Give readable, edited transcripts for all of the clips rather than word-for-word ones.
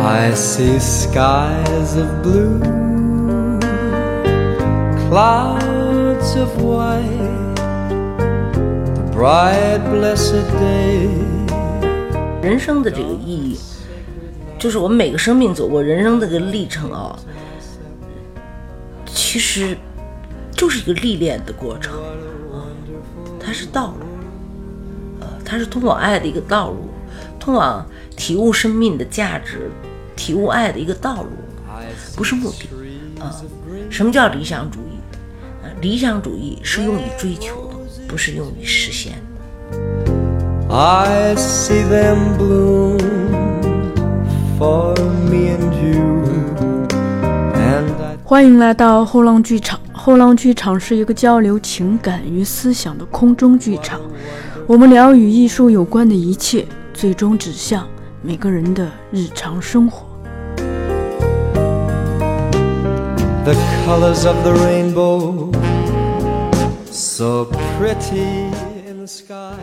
I see skies of blue, clouds of white, the bright blessed day。 人生的这个意义，就是我们每个生命走过人生的这个历程啊，其实就是一个历练的过程啊，它是道路，它是通往爱的一个道路，通往体悟生命的价值、体悟爱的一个道路，不是目的啊。什么叫理想主义？理想主义是用于追求的，不是用于实现。 I see them bloom for me and you, and I... 欢迎来到后浪剧场。后浪剧场是一个交流情感与思想的空中剧场，我们聊与艺术有关的一切，最终指向每个人的日常生活。 The colors of the rainbow, so pretty in the sky。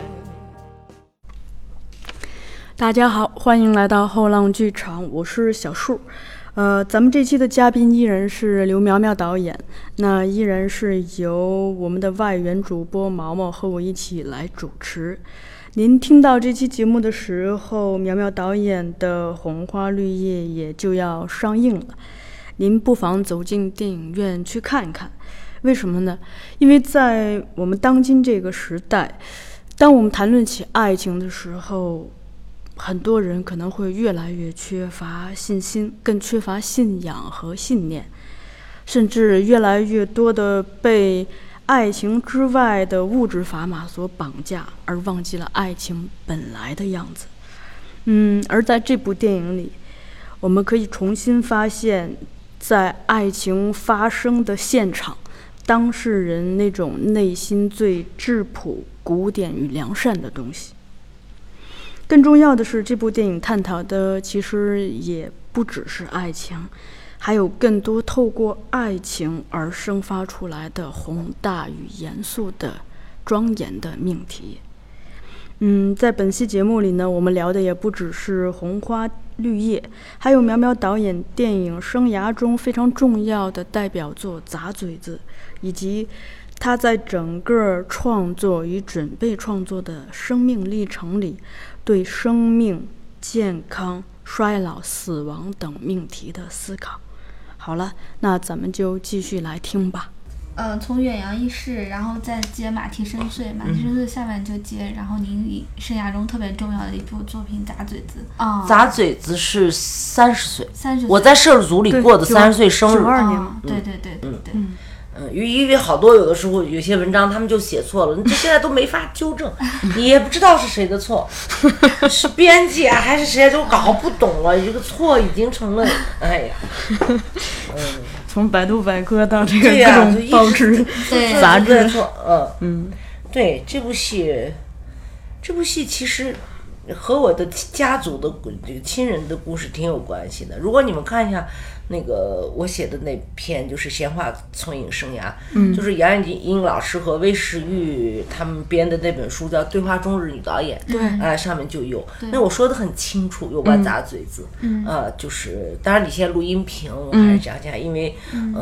大家好，欢迎来到后浪剧场，我是小树。咱们这期的嘉宾依然是刘苗苗导演，那依然是由我们的外援主播毛毛和我一起来主持。您听到这期节目的时候，苗苗导演的《红花绿叶》也就要上映了，您不妨走进电影院去看看。为什么呢？因为在我们当今这个时代，当我们谈论起爱情的时候，很多人可能会越来越缺乏信心，更缺乏信仰和信念，甚至越来越多的被爱情之外的物质砝码所绑架，而忘记了爱情本来的样子。而在这部电影里，我们可以重新发现，在爱情发生的现场，当事人那种内心最质朴、古典与良善的东西。更重要的是，这部电影探讨的其实也不只是爱情，还有更多透过爱情而生发出来的宏大与严肃的庄严的命题。在本期节目里呢，我们聊的也不只是红花绿叶，还有苗苗导演电影生涯中非常重要的代表作《砸嘴子》，以及他在整个创作与准备创作的生命历程里对生命、健康、衰老、死亡等命题的思考。好了，那咱们就继续来听吧。 从远洋轶事，然后再接马蹄深邃，马蹄深邃下面就接，然后您生涯中特别重要的一部作品《砸嘴子》。 砸嘴子是30岁 ，30岁， 我在摄制组里过的30岁生日。 92年。 对。 因为好多有的时候有些文章他们就写错了，你这现在都没法纠正，你也不知道是谁的错，是编辑啊还是谁都搞不懂了，这个错已经成了，哎呀， 从百度百科到这个各种报纸、杂志， 对，这部戏其实和我的家族的这个亲人的故事挺有关系的。如果你们看一下那个我写的那篇，就是闲话从影生涯，就是杨钰莹老师和魏时玉他们编的那本书叫《对话中日女导演》， 对， 上面就有。那我说的很清楚，有关砸嘴子，就是当然你现在录音屏我还是讲讲，因为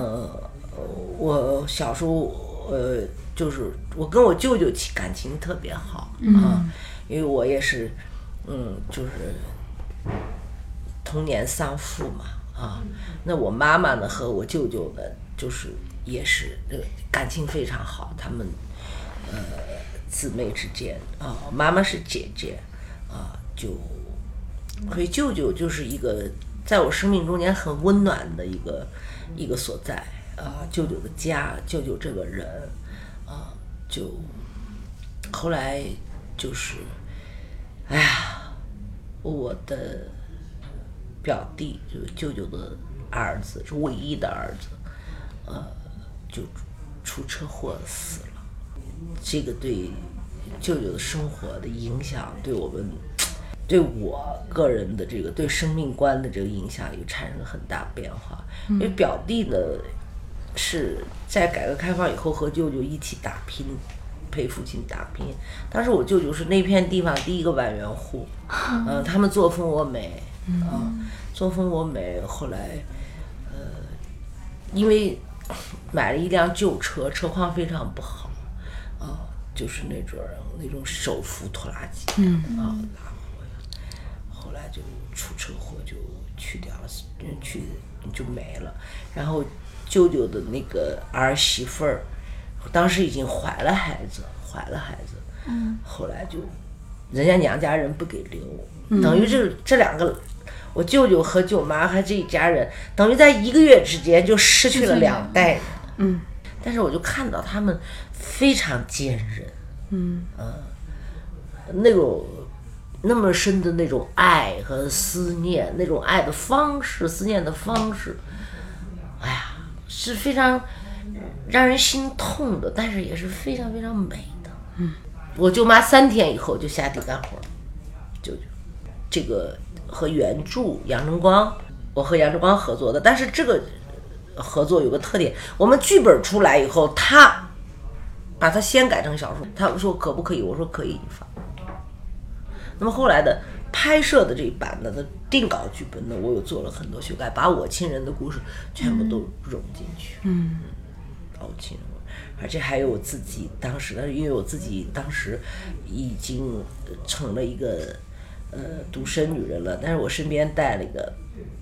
我小时候就是我跟我舅舅感情特别好因为我也是就是童年丧父嘛。那我妈妈呢和我舅舅呢，就是也是感情非常好，他们姊妹之间妈妈是姐姐所以舅舅就是一个在我生命中间很温暖的一个所在舅舅的家，舅舅这个人就后来就是哎呀，我的表弟就是舅舅的儿子，是唯一的儿子，就出车祸死了。这个对舅舅的生活的影响，对我个人的这个对生命观的这个影响也产生了很大变化。因为表弟呢是在改革开放以后和舅舅一起打拼，陪父亲打拼。当时我舅舅是那片地方第一个万元户，他们作风我美。 作风我美。后来因为买了一辆旧车，车况非常不好就是那种手扶拖拉机拉回后来就出车祸就去掉了，就没了。然后舅舅的那个儿媳妇儿当时已经怀了孩子，后来就人家娘家人不给留，等于这两个我舅舅和舅妈还这一家人，等于在1个月之间就失去了2代人。但是我就看到他们非常坚韧，那种那么深的那种爱和思念，那种爱的方式，思念的方式，哎呀，是非常让人心痛的，但是也是非常非常美的。我舅妈3天以后就下地干活了，舅舅这个和原著杨晨光，我和杨晨光合作的，但是这个合作有个特点，我们剧本出来以后，他把它先改成小说，他说可不可以，我说可以，你放。那么后来的拍摄的这一版的定稿剧本呢，我又做了很多修改，把我亲人的故事全部都融进去。把我亲人，而且还有我自己当时的，因为我自己当时已经成了一个独生女人了，但是我身边带了一个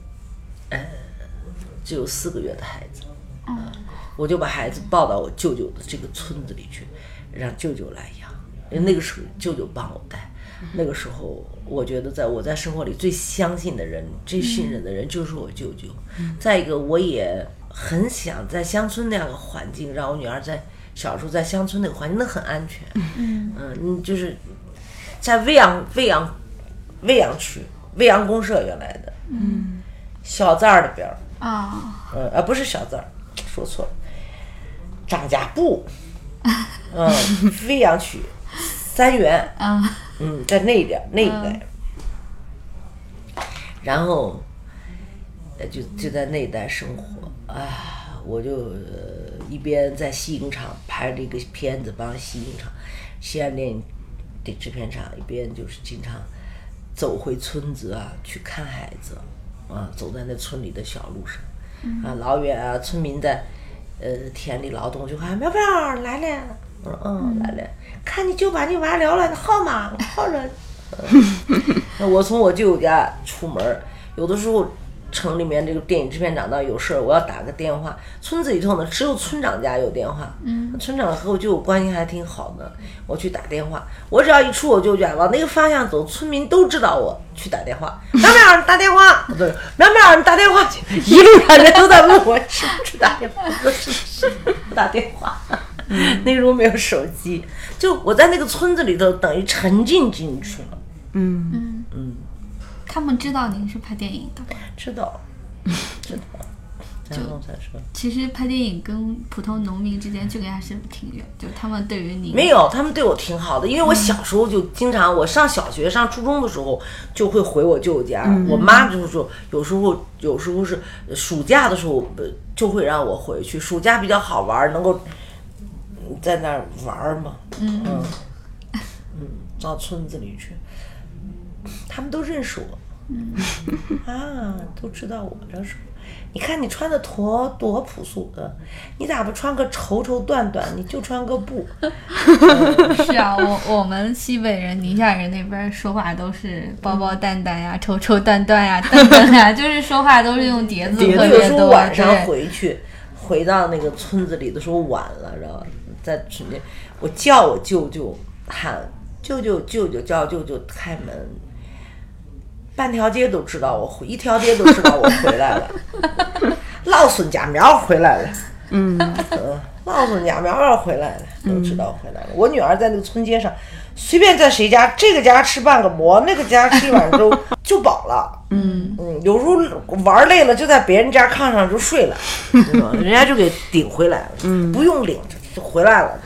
只有4个月的孩子，我就把孩子抱到我舅舅的这个村子里去，让舅舅来养，因为那个时候舅舅帮我带。那个时候我觉得我在生活里最相信的人，最信任的人就是我舅舅。再一个我也很想在乡村那样的环境，让我女儿在小时候在乡村那个环境，那很安全。就是在未央区未央公社原来的小寨儿的边儿不是小寨儿，说错了，张家埠未央区3元在那一带，然后就在那一带生活我就一边在西影厂拍了一个片子，帮西影厂西安电影制片厂，一边就是经常走回村子去看孩子走在那村里的小路上老远村民在田里劳动，就喊苗苗来了，我说来了，看你就把你娃聊了号码号着。我从我舅舅家出门，有的时候城里面这个电影制片厂有事我要打个电话，村子里头呢只有村长家有电话，村长和我舅舅关系还挺好的，我去打电话，我只要一出我舅舅家往那个方向走，村民都知道我去打电话，苗苗你打电话，不对，苗苗你打电话去，一路上人都在问我是不是打电话，我说是不打电话。那时候没有手机，就我在那个村子里头等于沉浸进去了。 他们知道您是拍电影的吗？ 知道。然后才说， 其实拍电影跟普通农民之间距离还是挺远，就他们对于你没有，他们对我挺好的，因为我小时候就经常，我上小学上初中的时候就会回我舅舅家，我妈就是说有时候是暑假的时候就会让我回去，暑假比较好玩，能够在那儿玩嘛，到村子里去，他们都认识我，都知道我这是。你看你穿的多朴素的，你咋不穿个绸绸缎缎，你就穿个布？ 是啊，我们西北人、宁夏人那边说话都是包包担担呀、绸绸缎缎呀、等等呀，就是说话都是用叠字特别多。 有时候晚上回到那个村子里的时候晚了，然后在村里，我叫我舅舅喊舅舅叫舅舅开门。半条街都知道我一条街都知道我回来了，老孙家苗回来了，老孙家苗回来了，都知道回来了。我女儿在那个村街上，随便在谁家，这个家吃半个馍，那个家吃一碗粥就饱了。有时候玩累了就在别人家炕上就睡了，人家就给顶回来了，不用领就回来了。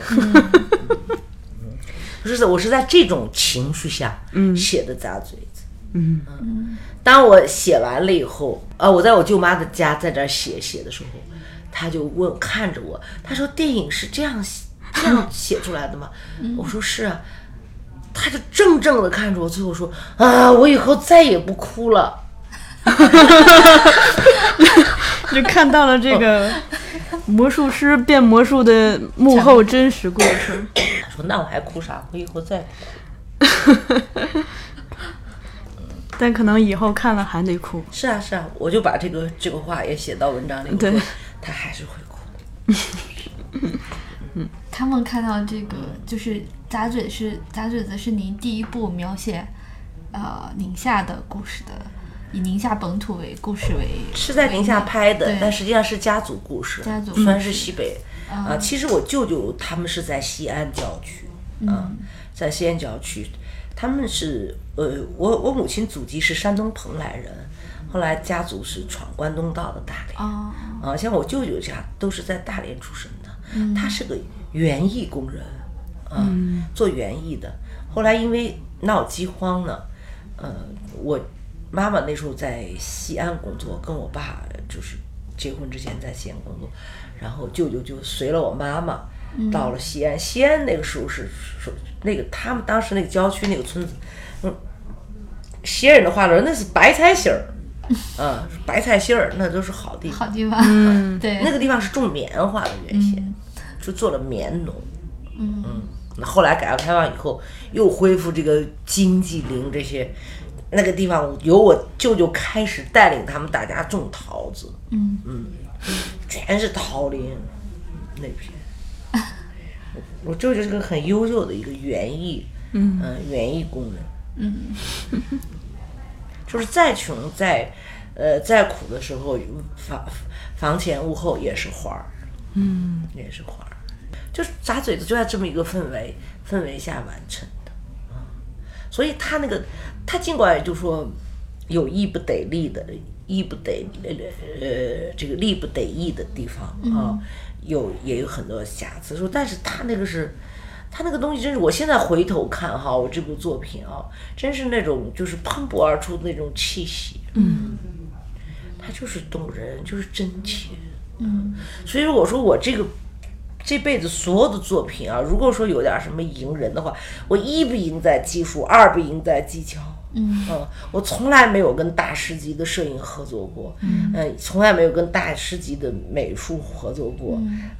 我是在这种情绪下写的杂嘴。当我写完了以后我在我舅妈的家在这写的时候，他就看着我，他说电影是这样写出来的吗？我说是啊。他就怔怔的看着我，最后说我以后再也不哭了。 就看到了这个魔术师变魔术的幕后真实过程。 说那我还哭啥？我以后再哭。 但可能以后看了还得哭。 是啊是啊，我就把这个话也写到文章里。我说他还是会哭。 他们看到这个就是咂嘴子是您第一部描写宁夏的故事的，以宁夏本土为故事为是在宁夏拍的， 对但实际上是家族故事， 家族虽然是西北其实我舅舅他们是在西安郊区在西安郊区，他们是我母亲祖籍是山东蓬莱人，后来家族是闯关东到的大连像我舅舅家都是在大连出生的，他是个园艺工人做园艺的，后来因为闹饥荒呢我妈妈那时候在西安工作，跟我爸就是结婚之前在西安工作，然后舅舅就随了我妈妈到了西安。西安那个时候是那个他们当时那个郊区那个村子，西安人的话说那是白菜心儿白菜心儿那都是好地方。 好地方，对， 那个地方是种棉花的，原先就做了棉农。那后来改革开放以后，又恢复这个经济林这些，那个地方由我舅舅开始带领他们大家种桃子，全是桃林那片。我舅舅是个很优秀的一个园艺，园艺工人，就是再穷再苦的时候，房前屋后也是花儿，也是花儿。就是咂嘴子就在这么一个氛围下完成的，所以他尽管就说有义不得力的，义不得这个力不得义的地方也有很多瑕疵，说但是他那个东西真是，我现在回头看我这部作品真是那种就是喷薄而出的那种气息，它就是动人，就是真切，所以我说我这辈子所有的作品如果说有点什么赢人的话，我一不赢在技术，二不赢在技巧。我从来没有跟大师级的摄影合作过，从来没有跟大师级的美术合作过，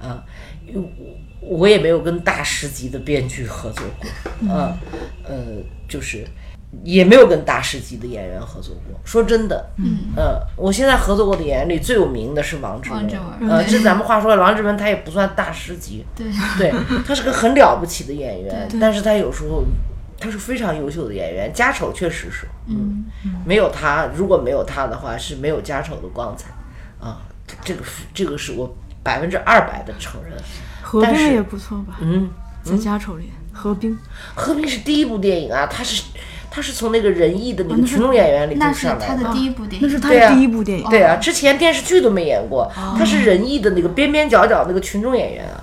我也没有跟大师级的编剧合作过，就是也没有跟大师级的演员合作过。说真的，我现在合作过的演员里最有名的是王志文，这咱们话说，王志文他也不算大师级，对，他是个很了不起的演员，但是他有时候他是非常优秀的演员。家丑确实是，没有他，如果没有他的话，是没有家丑的光彩这个是我200%的承认。 何冰也不错吧？在家丑里，何冰是第一部电影他是从那个仁义的那个群众演员里头上来的， 那是他的第一部电影， 那是他的第一部电影。 对啊，之前电视剧都没演过，他是仁义的那个边边角角那个群众演员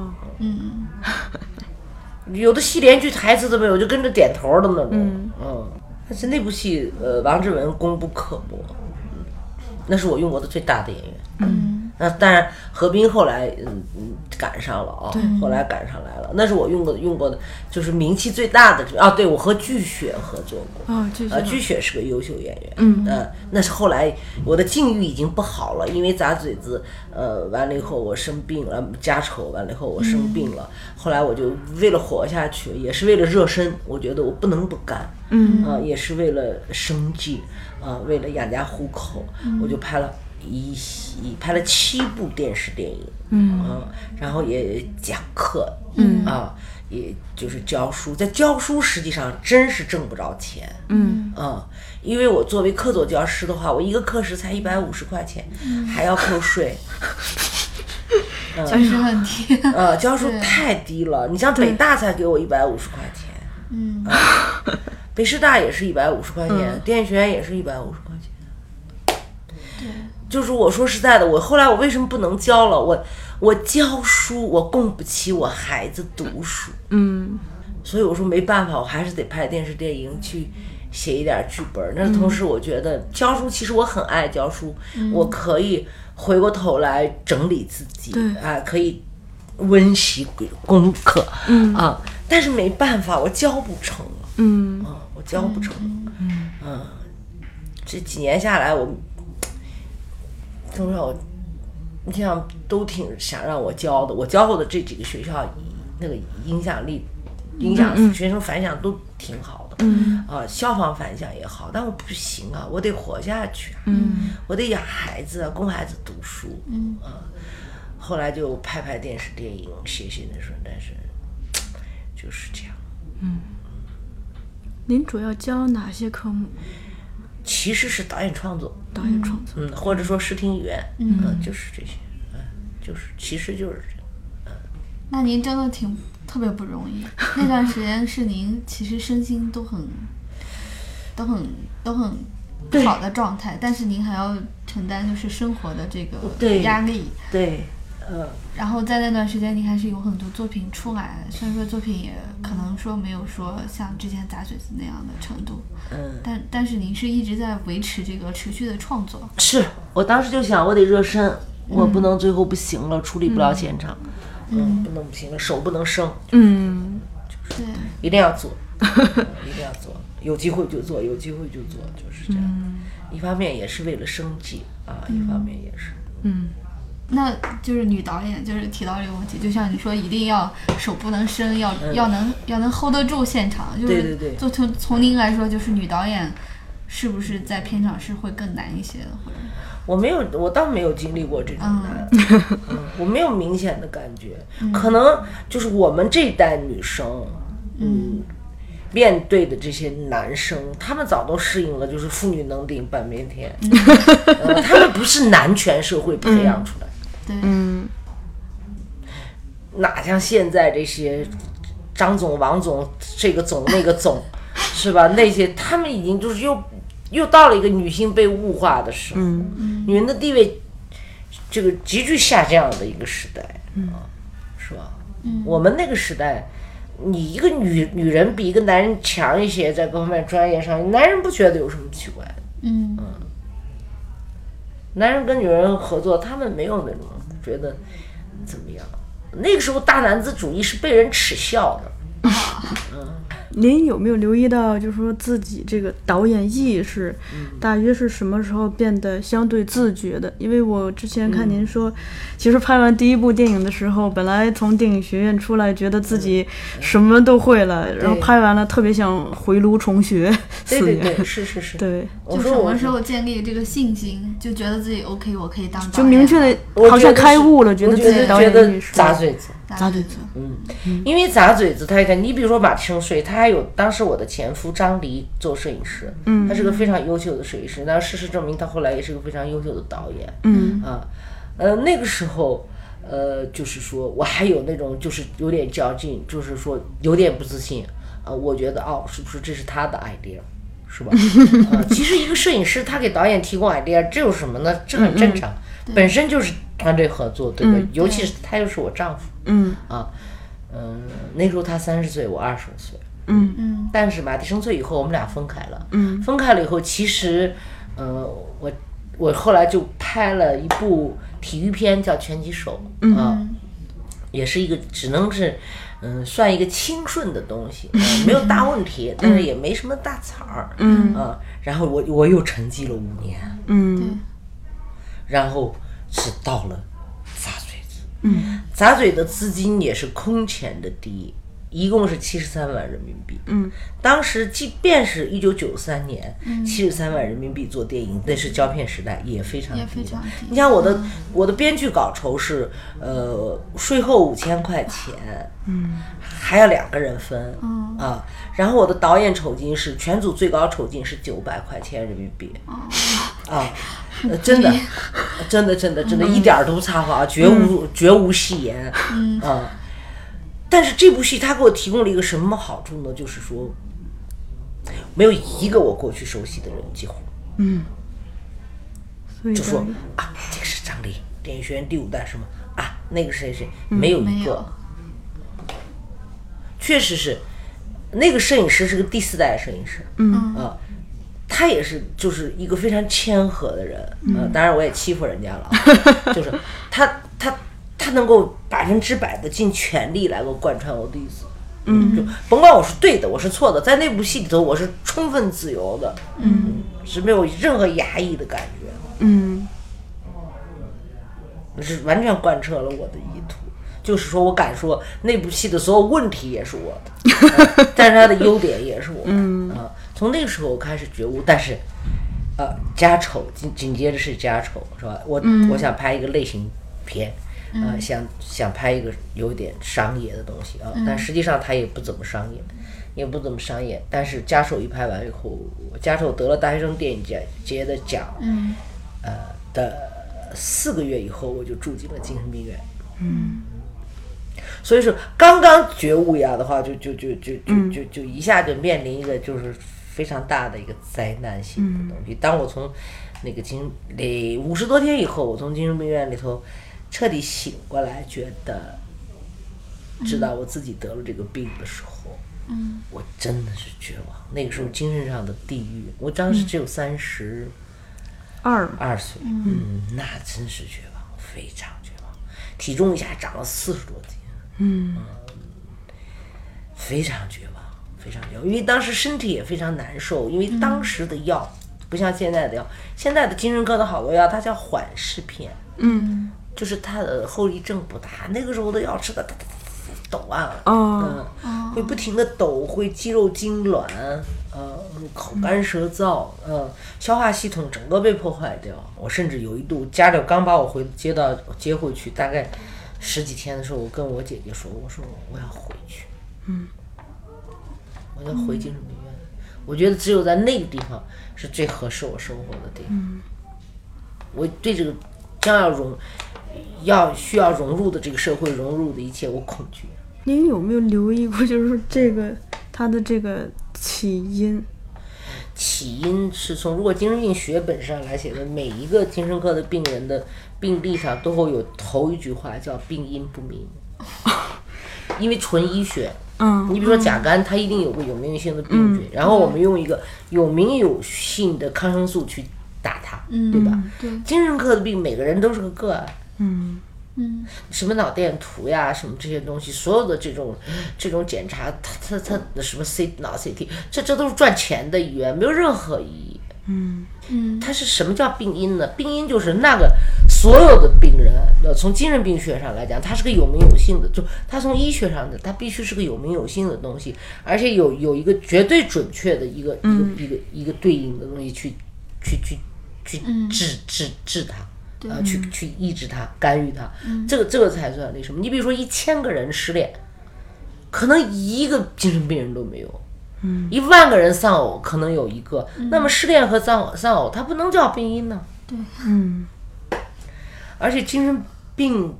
有的戏连句台词都没有，就跟着点头的那种。但是那部戏，王志文功不可没，那是我用过的最大的演员。那当然，何冰后来赶上了后来赶上来了，那是我用过的，就是名气最大的对，我和巨雪合作过。巨雪是个优秀演员。那是后来我的境遇已经不好了，因为咂嘴子完了以后我生病了，家丑完了以后我生病了，后来我就为了活下去，也是为了热身，我觉得我不能不干，也是为了生计，为了养家糊口，我就拍了7部电视电影，然后也讲课，也就是教书，在教书实际上真是挣不着钱，因为我作为客座教师的话，我一个课时才150块钱，还要扣税， 确实很低， 教书太低了，你像北大才给我150块钱，北师大也是150块钱，电影学院也是150块钱，就是我说实在的，我后来我为什么不能教了？我教书，我供不起我孩子读书，所以我说没办法，我还是得拍电视电影去写一点剧本。那同时我觉得教书，其实我很爱教书，我可以回过头来整理自己，可以温习功课，但是没办法，我教不成了，我教不成了， 这几年下来，我都让我，你想都挺想让我教的。我教过的这几个学校，那个影响学生反响都挺好的。校方反响也好，但我不行啊，我得活下去啊。我得养孩子啊，供孩子读书。后来就拍电视电影，写那时候，但是就是这样。 您主要教哪些科目？ 其实是导演创作，或者说视听语言，就是这些，其实就是这样。 那您真的特别不容易。那段时间是您其实身心都很好的状态，但是您还要承担就是生活的这个压力。 对。 然后在那段时间，您还是有很多作品出来，虽然说作品也可能说没有说像之前杂嘴子那样的程度，但是您是一直在维持这个持续的创作。 是我当时就想，我得热身，我不能最后不行了，处理不了现场，不能不行了，手不能生， 对， 一定要做，一定要做，有机会就做，就是这样。一方面也是为了生计啊，一方面也是。 那就是女导演，就是提到这个问题，就像你说，一定要手不能生，要能 hold 得住现场。就是对。 就从您来说，就是女导演是不是在片场是会更难一些的？或者我倒没有经历过这种难，我没有明显的感觉，可能就是我们这一代女生，面对的这些男生，他们早都适应了，就是妇女能顶半边天，他们不是男权社会培养出来的。 对， 哪像现在这些张总、王总，这个总那个总，是吧？那些他们已经就是又到了一个女性被物化的时候，女人的地位这个急剧下降的一个时代，是吧？我们那个时代，你一个女人比一个男人强一些，在各方面专业上，男人不觉得有什么奇怪的。男人跟女人合作，他们没有那种觉得怎么样。那个时候大男子主义是被人耻笑的。 您有没有留意到，就是说自己这个导演意识，大约是什么时候变得相对自觉的？因为我之前看您说，其实拍完第一部电影的时候，本来从电影学院出来，觉得自己什么都会了，然后拍完了特别想回炉重学。 对，是。 对， 就什么时候建立这个信心，就觉得自己 OK， 我可以当导演， 就明确的，好像开悟了，觉得自己导演意识。 砸嘴子。因为砸嘴子，他看你比如说马蹄声碎，他还有当时我的前夫张黎做摄影师，他是个非常优秀的摄影师，但事实证明他后来也是个非常优秀的导演。那个时候就是说我还有那种就是有点较劲，就是说有点不自信我觉得是不是这是他的 idea， 是吧？其实一个摄影师他给导演提供 idea， 这有什么呢？这很正常，本身就是团队合作，对吧？尤其是他又是我丈夫，那时候他30岁，我25岁，但是马蹄声碎以后，我们俩分开了，分开了以后，其实，我后来就拍了一部体育片叫《拳击手》也是一个只能是，算一个清顺的东西，没有大问题，但是也没什么大彩儿，然后我又沉寂了5年，然后是到了砸嘴子，砸嘴的资金也是空前的低，一共是73万人民币。当时即便是1993年，73万人民币做电影，那是胶片时代，也非常低。你像我的编剧稿酬是税后5000块钱，还要2个人分，然后我的导演酬金是全组最高酬金是900块钱人民币，真的，一点都不插话，绝无戏言，但是这部戏它给我提供了一个什么好处呢？就是说，没有一个我过去熟悉的人，几乎，就说这个是张黎，电影学院第5代什么那个谁，没有一个，确实是，那个摄影师是个第4代摄影师，他也是就是一个非常谦和的人，当然我也欺负人家了，就是他能够100%的尽全力来给我贯穿我的意思，就甭管我是对的，我是错的，在那部戏里头我是充分自由的， 是没有任何压抑的感觉，是完全贯彻了我的意图。就是说我敢说那部戏的所有问题也是我的，但是它的优点也是我的。从那个时候我开始觉悟，但是家丑紧接着是家丑，是吧？我想拍一个类型片，想拍一个有点商业的东西啊，但实际上它也不怎么商业，但是家丑一拍完以后，家丑得了大学生电影节的奖，的4个月以后，我就住进了精神病院。所以说刚刚觉悟呀的话，就一下就面临一个就是非常大的一个灾难性的东西。当我从那个50多天以后，我从精神病院里头彻底醒过来，觉得知道我自己得了这个病的时候，我真的是绝望。那个时候精神上的地狱，我当时只有32岁，那真是绝望，非常绝望。体重一下长了40多斤，非常绝望，非常绝望。因为当时身体也非常难受，因为当时的药不像现在的药，现在的精神科的好多药它叫缓释片，就是它的后遗症不大。那个时候的药吃的抖啊，会不停的抖，会肌肉痉挛，口干舌燥，消化系统整个被破坏掉。我甚至有一度家里刚把我接回去，大概10几天的时候，我跟我姐姐说，我说我要回去，我要回精神病院。我觉得只有在那个地方是最合适我生活的地方。我对这个将需要融入的这个社会，融入的一切，我恐惧。 您有没有留意过，就是它的这个起因？ 起因是从如果精神病学本上来写的，每一个精神科的病人的病历上都会有头一句话叫病因不明，因为纯医学。你比如说甲肝，它一定有个有名有姓的病菌，然后我们用一个有名有姓的抗生素去打它，对吧？ 对。 精神科的病每个人都是个个案，什么脑电图呀，什么这些东西，所有的这种检查，它什么脑 CT， 这都是赚钱的医院，没有任何意义。它是什么叫病因呢？病因就是那个所有的病人，从精神病学上来讲，它是个有名有姓的，就它从医学上的，它必须是个有名有姓的东西，而且有一个绝对准确的一个对应的东西去治它。去抑制它，干预它，这个才算那什么。你比如说1000个人失恋，可能1个精神病人都没有，10000个人丧偶，可能有1个。那么失恋和丧偶，它不能叫病因呢？ 对， 而且精神病，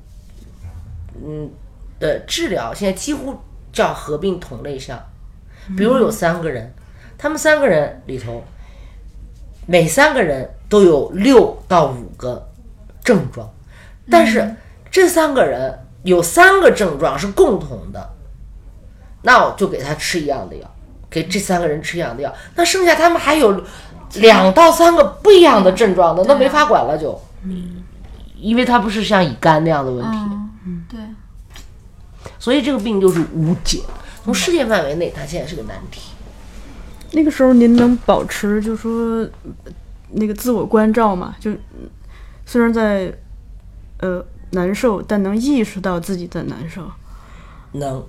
的治疗现在几乎叫合并同类项。比如有3个人，他们3个人里头，每3个人都有6到5个症状，但是这3个人有3个症状是共同的，那我就给他吃一样的药，给这3个人吃一样的药，那剩下他们还有2到3个不一样的症状的，那没法管了就，因为它不是像乙肝那样的问题， 对， 所以这个病就是无解，从世界范围内它现在是个难题。 那个时候您能保持就说那个自我关照嘛？就虽然在难受，但能意识到自己的难受。 能，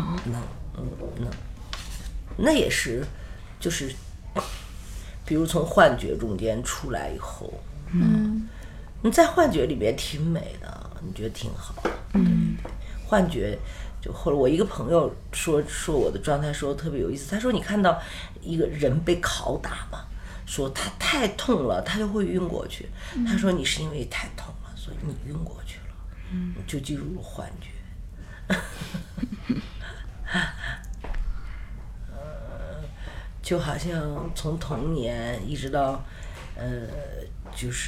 那也是，就是比如从幻觉中间出来以后，你在幻觉里面挺美的，你觉得挺好，幻觉。就后来我一个朋友说我的状态说得特别有意思，他说你看到一个人被拷打嘛，说他太痛了，他就会晕过去。他说你是因为太痛了，所以你晕过去了，你就进入了幻觉。就好像从童年一直到就是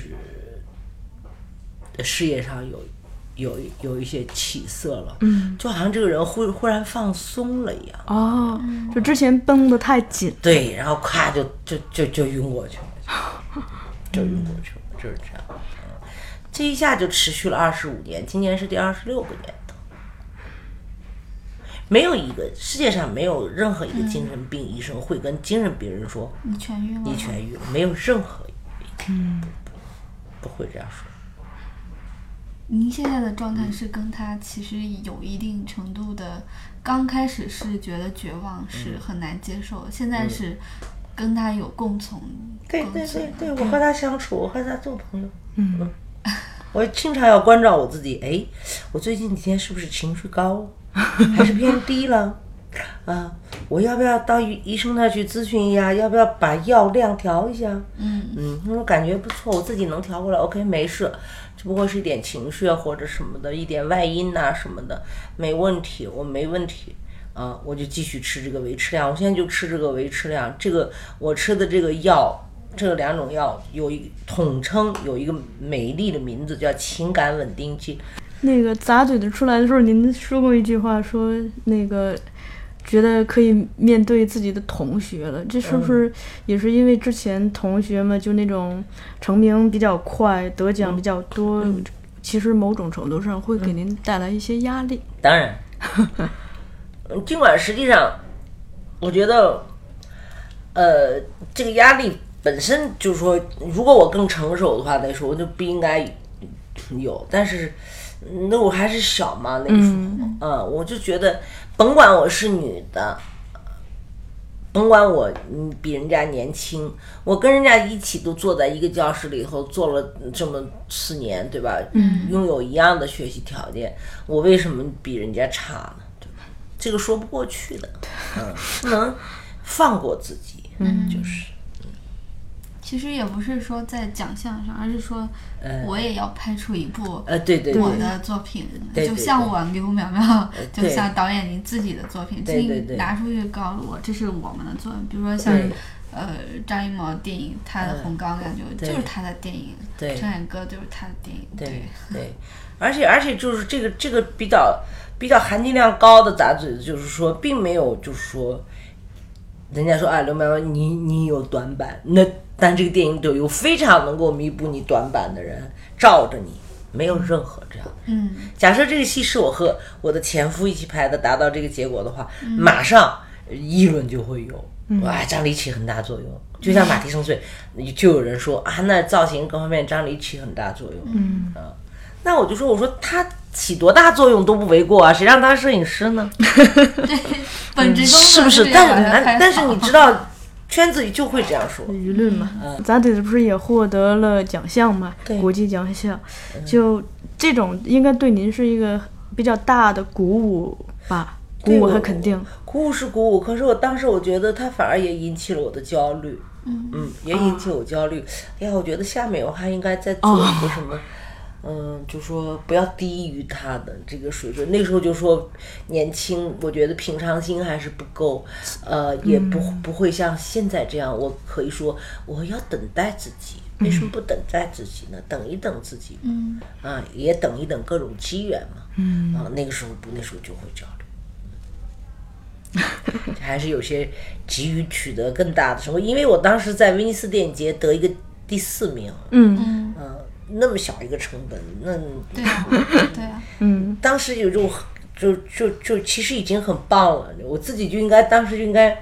事业上有一些起色了，就好像这个人忽然放松了一样。 就之前绷得太紧。 对，然后咵就晕过去了，就晕过去了，就是这样。这一下就持续了25年，今年是第26个年头。 没有一个世界上没有任何一个精神病医生会跟精神病人说你痊愈了， 你痊愈了，没有任何一个不会这样说。 您现在的状态是跟他其实有一定程度的，刚开始是觉得绝望，是很难接受，现在是跟他有共存。 对，我和他相处，我和他做朋友。我经常要关照我自己，哎，我最近几天是不是情绪高，还是偏低了？我要不要到医生那去咨询一下？要不要把药量调一下？我感觉不错，我自己能调过来 ，OK， 没事，只不过是一点情绪啊或者什么的，一点外因啊什么的，没问题，我没问题。我就继续吃这个维持量，我现在就吃这个维持量。这个我吃的这个药，这2种药有一个统称，有一个美丽的名字叫情感稳定剂。 那个咂嘴的出来的时候，您说过一句话，说那个觉得可以面对自己的同学了，这是不是也是因为之前同学们就那种成名比较快，得奖比较多，其实某种程度上会给您带来一些压力？ 当然，尽管实际上，我觉得，这个压力本身就是说，如果我更成熟的话来说，我就不应该有，但是。那我还是小嘛，那个时候，我就觉得，甭管我是女的，甭管我比人家年轻，我跟人家一起都坐在一个教室里头做了这么4年，对吧？拥有一样的学习条件，我为什么比人家差呢？对吧？这个说不过去的，不能放过自己，就是。 其实也不是说在奖项上，而是说我也要拍出一部对我的作品，就像我刘苗苗，就像导演您自己的作品，拿出去告诉我这是我们的作品。比如说像张艺谋电影，他的《红高粱》就是他的电影，陈凯歌就是他的电影， 对，而且就是这个比较含金量高的杂志，就是说并没有就是说，人家说刘苗苗你有短板，但这个电影有非常能够弥补你短板的人罩着你，没有任何这样。假设这个戏是我和我的前夫一起拍的，达到这个结果的话，马上议论就会有。张力起很大作用，就像马蹄声碎，就有人说那造型各方面张力起很大作用。那我就说他起多大作用都不为过啊，谁让他摄影师呢？ 对，本质是不是？但是你知道。圈子里就会这样说， 舆论嘛。咱这不是也获得了奖项嘛？国际奖项，就这种应该对您是一个比较大的鼓舞吧？鼓舞和肯定。 鼓舞是鼓舞，可是我当时我觉得它反而也引起了我的焦虑。也引起我焦虑。我觉得下面我还应该再做一个什么。就说不要低于他的这个水准。那时候就说年轻，我觉得平常心还是不够，也不会像现在这样，我可以说我要等待自己。为什么不等待自己呢？等一等自己，也等一等各种机缘嘛。那个时候就会焦虑。还是有些急于取得更大的成果，因为我当时在威尼斯电影节得一个第4名。那么小一个成本，那对啊， 当时有这种就其实已经很棒了，我自己当时就应该，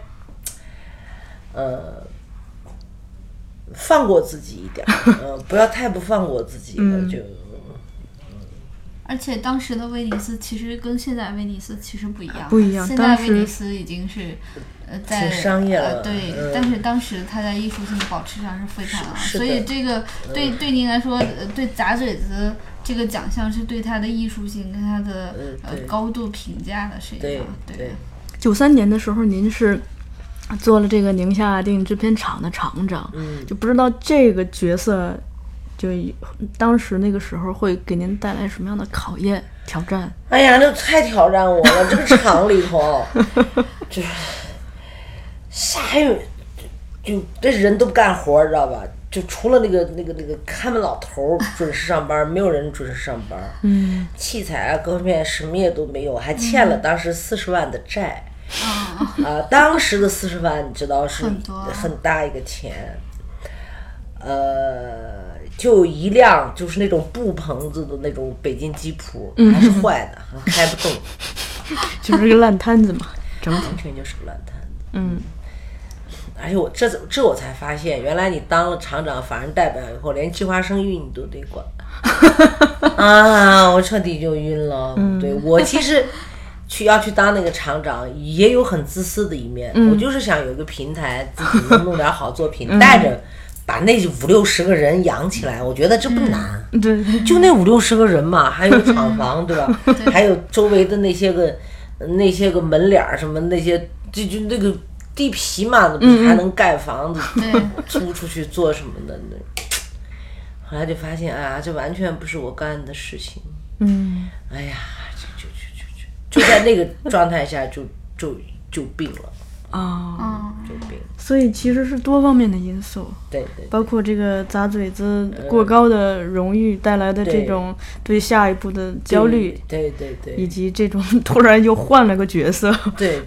放过自己一点，不要太不放过自己了，就。 而且当时的威尼斯其实跟现在威尼斯其实不一样，现在威尼斯已经是在挺商业了， 对，但是当时它在艺术性保持上是非常好，所以这个对您来说，对咂嘴子这个奖项是对它的艺术性跟它的高度评价的，是一样。对。 93年的时候，您是做了这个宁夏电影制片厂的厂长，就不知道这个角色。就当时那个时候会给您带来什么样的考验挑战？ 哎呀，那太挑战我了！这个厂里头，就是啥有，就这人都不干活，知道吧？就除了那个看门老头准时上班，没有人准时上班。器材啊，各方面什么也都没有，还欠了当时40万的债。当时的40万，你知道是很大一个钱。就有一辆就是那种布棚子的那种北京吉普，还是坏的，开不动。 就是个烂摊子嘛，整体。 完全就是个烂摊子。而且我才发现，原来你当了厂长、法人代表以后，连计划生育你都得管啊！我彻底就晕了。对，我其实要去当那个厂长，也有很自私的一面。我就是想有一个平台，自己能弄点好作品，带着把那50-60个人养起来。我觉得这不难。 对， 就那50-60个人嘛，还有厂房，对吧？还有周围的那些个门脸什么那些，就那个。地皮嘛，不是还能盖房子，租出去做什么的？后来就发现，哎呀，这完全不是我干的事情。哎呀，就在那个状态下就病了。就病。 所以其实是多方面的因素， 对， 包括这个砸嘴子过高的荣誉带来的这种对下一步的焦虑， 对， 以及这种突然又换了个角色， 对。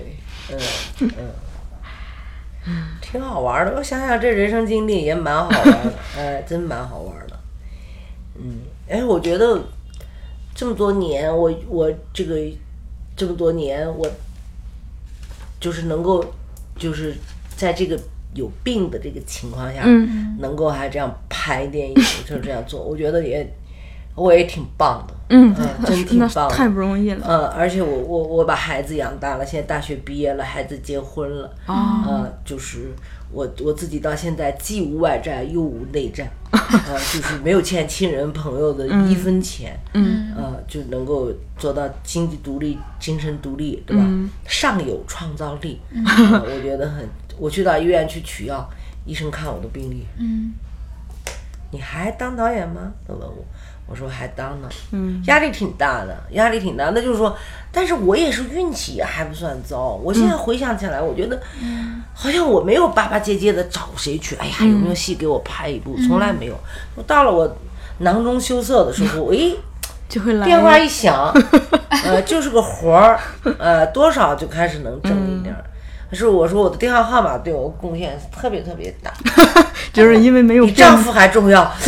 挺好玩的。我想想，这人生经历也蛮好玩的，真蛮好玩的。我觉得这么多年，我这么多年，我就是能够，就是在这个有病的这个情况下，能够还这样拍电影，就是这样做，我觉得我也挺棒的。真挺棒的， 太不容易了。 而且我把孩子养大了，现在大学毕业了，孩子结婚了。就是我自己到现在既无外债又无内债，就是没有欠亲人朋友的一分钱。就能够做到经济独立、精神独立，对吧？尚有创造力。我觉得我去到医院去取药，医生看我的病历，你还当导演吗？他问我说还当呢。压力挺大的。那就是说，但是我也是运气还不算糟。我现在回想起来，我觉得好像我没有巴巴结结的找谁去，哎呀，有没有戏给我拍一部，从来没有。我到了我囊中羞涩的时候， 就会来电话一响，就是个活儿，多少就开始能挣一点。可是我说我的电话号码对我贡献特别特别大， 就是因为没有比丈夫还重要。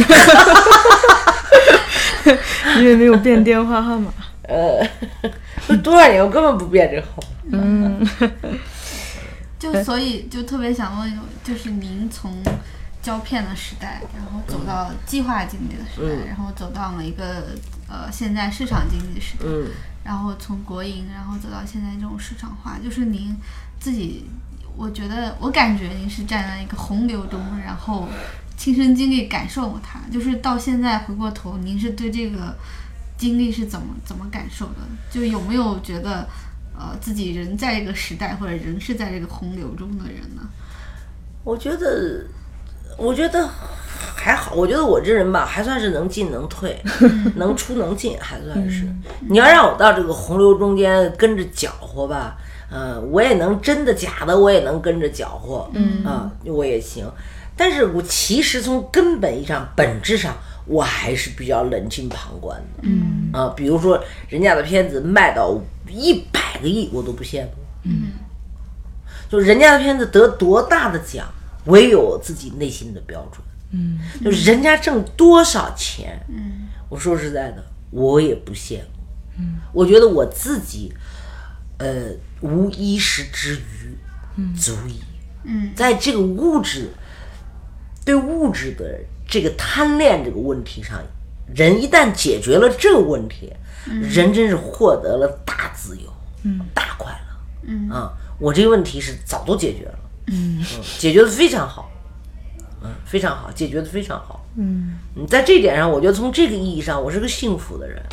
因为没有变电话号码。 多少年我根本不变这个号码。 所以就特别想问，就是您从胶片的时代，然后走到计划经济的时代，然后走到了一个现在市场经济的时代，然后从国营，然后走到现在这种市场化，就是您自己，我感觉您是站在一个洪流中，然后亲身经历感受过它，就是到现在回过头，您是对这个经历是怎么感受的？就有没有觉得自己人在这个时代，或者人是在这个洪流中的人呢？ 我觉得还好。我觉得我这人吧，还算是能进能退，能出能进，还算是。你要让我到这个洪流中间跟着搅和吧，我也能真的假的，我也能跟着搅和，我也行。但是我其实从根本意义上、本质上，我还是比较冷静旁观的。比如说人家的片子卖到100个亿，我都不羡慕。就人家的片子得多大的奖，唯有我自己内心的标准。就人家挣多少钱，我说实在的，我也不羡慕。我觉得我自己，无衣食之余，足矣。在这个对物质的这个贪恋这个问题上，人一旦解决了这个问题，人真是获得了大自由，大快乐。我这个问题是早都解决了，解决的非常好，非常好，解决的非常好。在这一点上，我觉得从这个意义上，我是个幸福的人。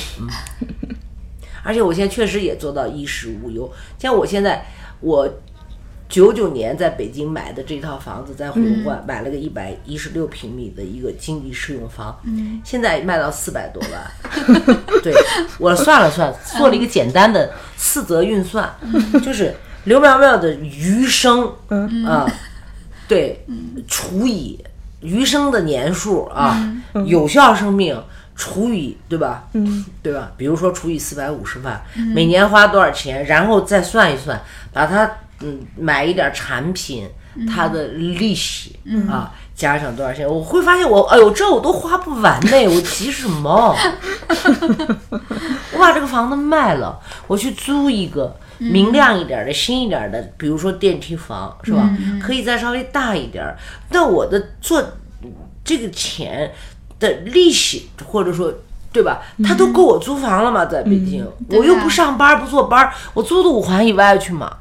而且我现在确实也做到衣食无忧。像我现在，我99年在北京买的这套房子，在回龙观买了个116平米的一个经济适用房，现在卖到400多万。对，我算了算，做了一个简单的4则运算，就是刘苗苗的余生对，除以余生的年数有效生命除以，对吧？对吧？比如说除以450万，每年花多少钱，然后再算一算，把它买一点产品，它的利息加上多少钱，我会发现这我都花不完呢，我急什么？我把这个房子卖了，我去租一个明亮一点的、新一点的，比如说电梯房，是吧？可以再稍微大一点。那我的做这个钱的利息，或者说。对吧？他都够我租房了嘛，在北京，我又不上班不坐班，我租的5环以外去嘛，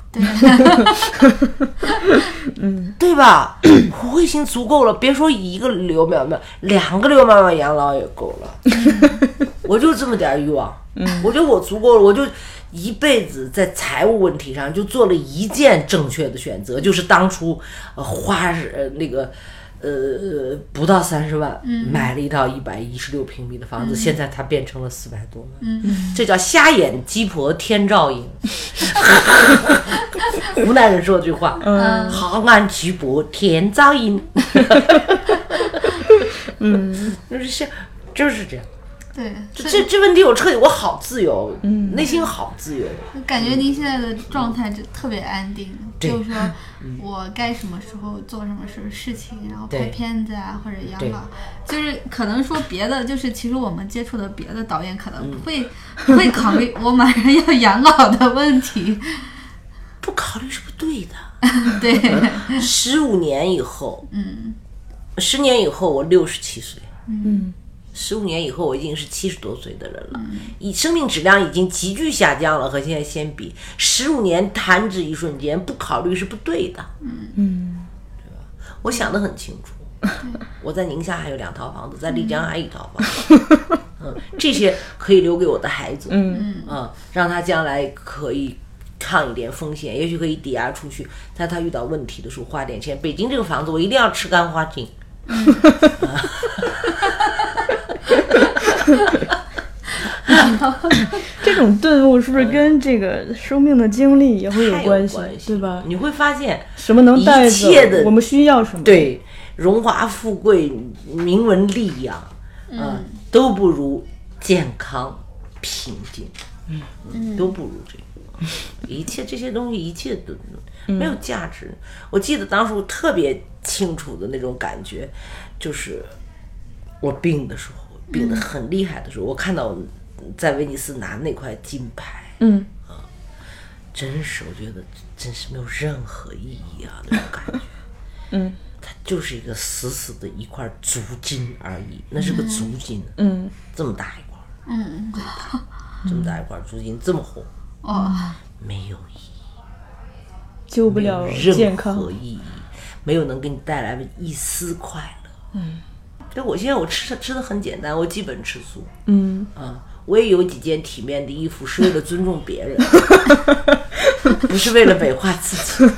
对吧？我已经足够了，别说1个刘苗苗，2个刘苗苗养老也够了。我就这么点欲望，我觉得我足够了，我就一辈子在财务问题上就做了一件正确的选择，就是当初花那个。不到30万，买了一套116平米的房子，现在它变成了400多万，这叫瞎眼鸡婆天照应。湖南人说这句话，好眼鸡婆天照应。就是这样。 对， 这问题我好自由，内心好自由。 感觉您现在的状态就特别安定，就是说我该什么时候做什么事情，然后拍片子啊或者养老，就是可能说别的，就是其实我们接触的别的导演可能不会考虑我马上要养老的问题， 不考虑是不对的。 对 ，15年以后，10年以后我67岁，15年以后我已经是70多岁的人了，生命质量已经急剧下降了，和现在相比，15年弹指一瞬间，不考虑是不对的，对吧？我想得很清楚，我在宁夏还有2套房子，在丽江还有1套房子，这些可以留给我的孩子，让他将来可以抗一点风险，也许可以抵押出去，在他遇到问题的时候花点钱。北京这个房子我一定要吃干花精。 这种顿悟是不是跟这个生命的经历也会有关系，对吧？ 你会发现什么能带走一切的我们需要什么， 对，荣华富贵、名闻利养，都不如健康、平静，都不如这个。一切这些东西，一切都没有价值。我记得当时我特别清楚的那种感觉，就是我病的时候，病得很厉害的时候，我看到我在威尼斯拿那块金牌，真是我觉得真是没有任何意义啊，那种感觉，它就是一个死死的一块足金而已，那是个足金，这么大一块，这么大一块足金，这么厚。没有意义， 救不了健康， 任何意义，没有能给你带来一丝快乐。对，我现在我吃的很简单，我基本吃素。我也有几件体面的衣服，是为了尊重别人，不是为了美化自己。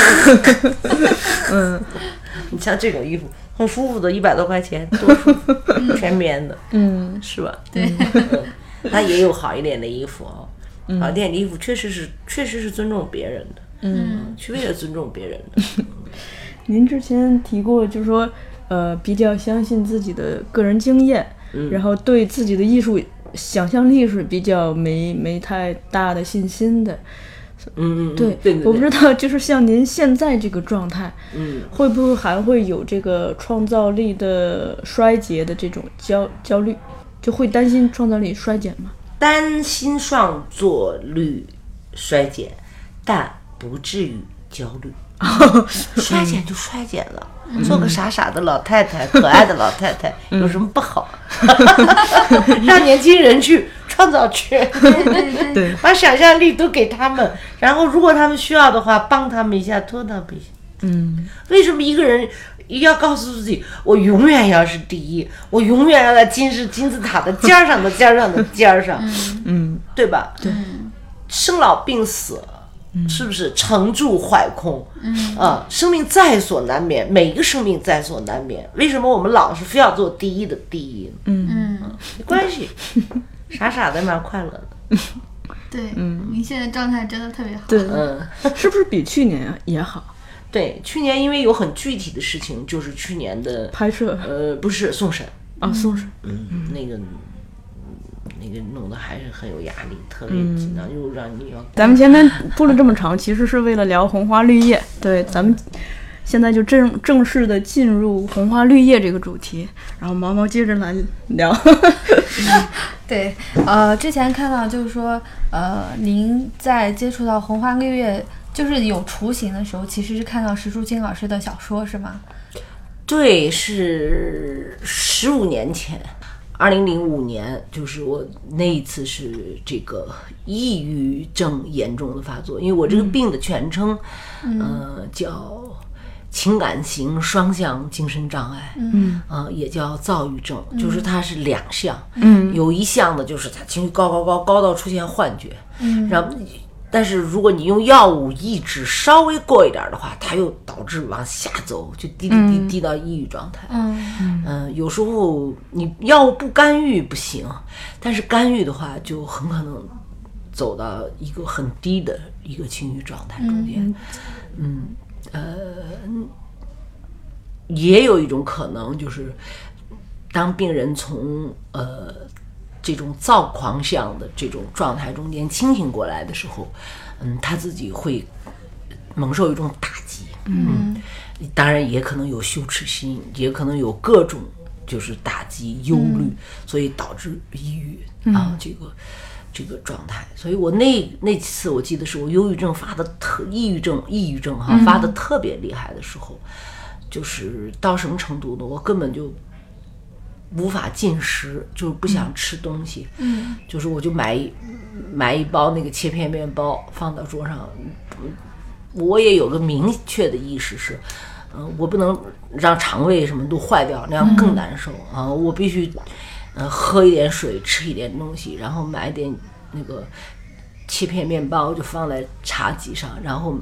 你像这种衣服很舒服的，100多块钱，多舒服，全棉的，是吧？ 对， 它也有好一点的衣服啊。好一点的衣服确实是尊重别人的，去为了尊重别人的。 您之前提过，就是说，比较相信自己的个人经验，然后对自己的艺术想象力是比较没太大的信心的。对，我不知道，就是像您现在这个状态，会不会还会有这个创造力的衰竭的这种焦虑，就会担心创造力衰减吗？ 担心创作率衰减，但不至于焦虑。衰减就衰减了，做个傻傻的老太太，可爱的老太太，有什么不好？让年轻人去创造去， 对， 把想象力都给他们，然后如果他们需要的话，帮他们一下，拖他们一下。为什么一个人要告诉自己，我永远要是第一，我永远要在金字塔的尖上的尖上的尖上，对吧？ 对， 生老病死，是不是成住坏空？生命在所难免，每一个生命在所难免。为什么我们老是非要做第一的第一？没关系，傻傻的蛮快乐的。 对，您现在状态真的特别好。 对，是不是比去年也好？ 对，去年因为有很具体的事情，就是去年的拍摄， 不是送审送审， 那个那个弄得还是很有压力，特别紧张，又让你要。 咱们前面铺了这么长，其实是为了聊红花绿叶。对，咱们现在就正式的进入红花绿叶这个主题，然后毛毛接着来聊。 对，之前看到就是说，您在接触到红花绿叶，就是有雏形的时候，其实是看到石树清老师的小说，是吗？ 对，是15年前，2005年，就是我那一次是这个抑郁症严重的发作，因为我这个病的全称，叫情感型双向精神障碍，也叫躁郁症，就是它是2项，有一项的就是它情绪高到出现幻觉，然后。但是如果你用药物抑制稍微过一点的话，它又导致往下走，就低到抑郁状态。有时候你药物不干预不行，但是干预的话，就很可能走到一个很低的一个情绪状态中间。也有一种可能就是当病人从这种躁狂向的这种状态中间清醒过来的时候，他自己会蒙受一种打击，当然也可能有羞耻心，也可能有各种就是打击、忧虑，所以导致抑郁这个状态。所以我那次我记得是我抑郁症发的抑郁症发的特别厉害的时候，就是到什么程度呢？我根本就无法进食，就是不想吃东西，就是我就买一包那个切片面包放到桌上，我也有个明确的意识是，我不能让肠胃什么都坏掉，那样更难受啊！我必须喝一点水，吃一点东西，然后买点那个切片面包就放在茶几上，然后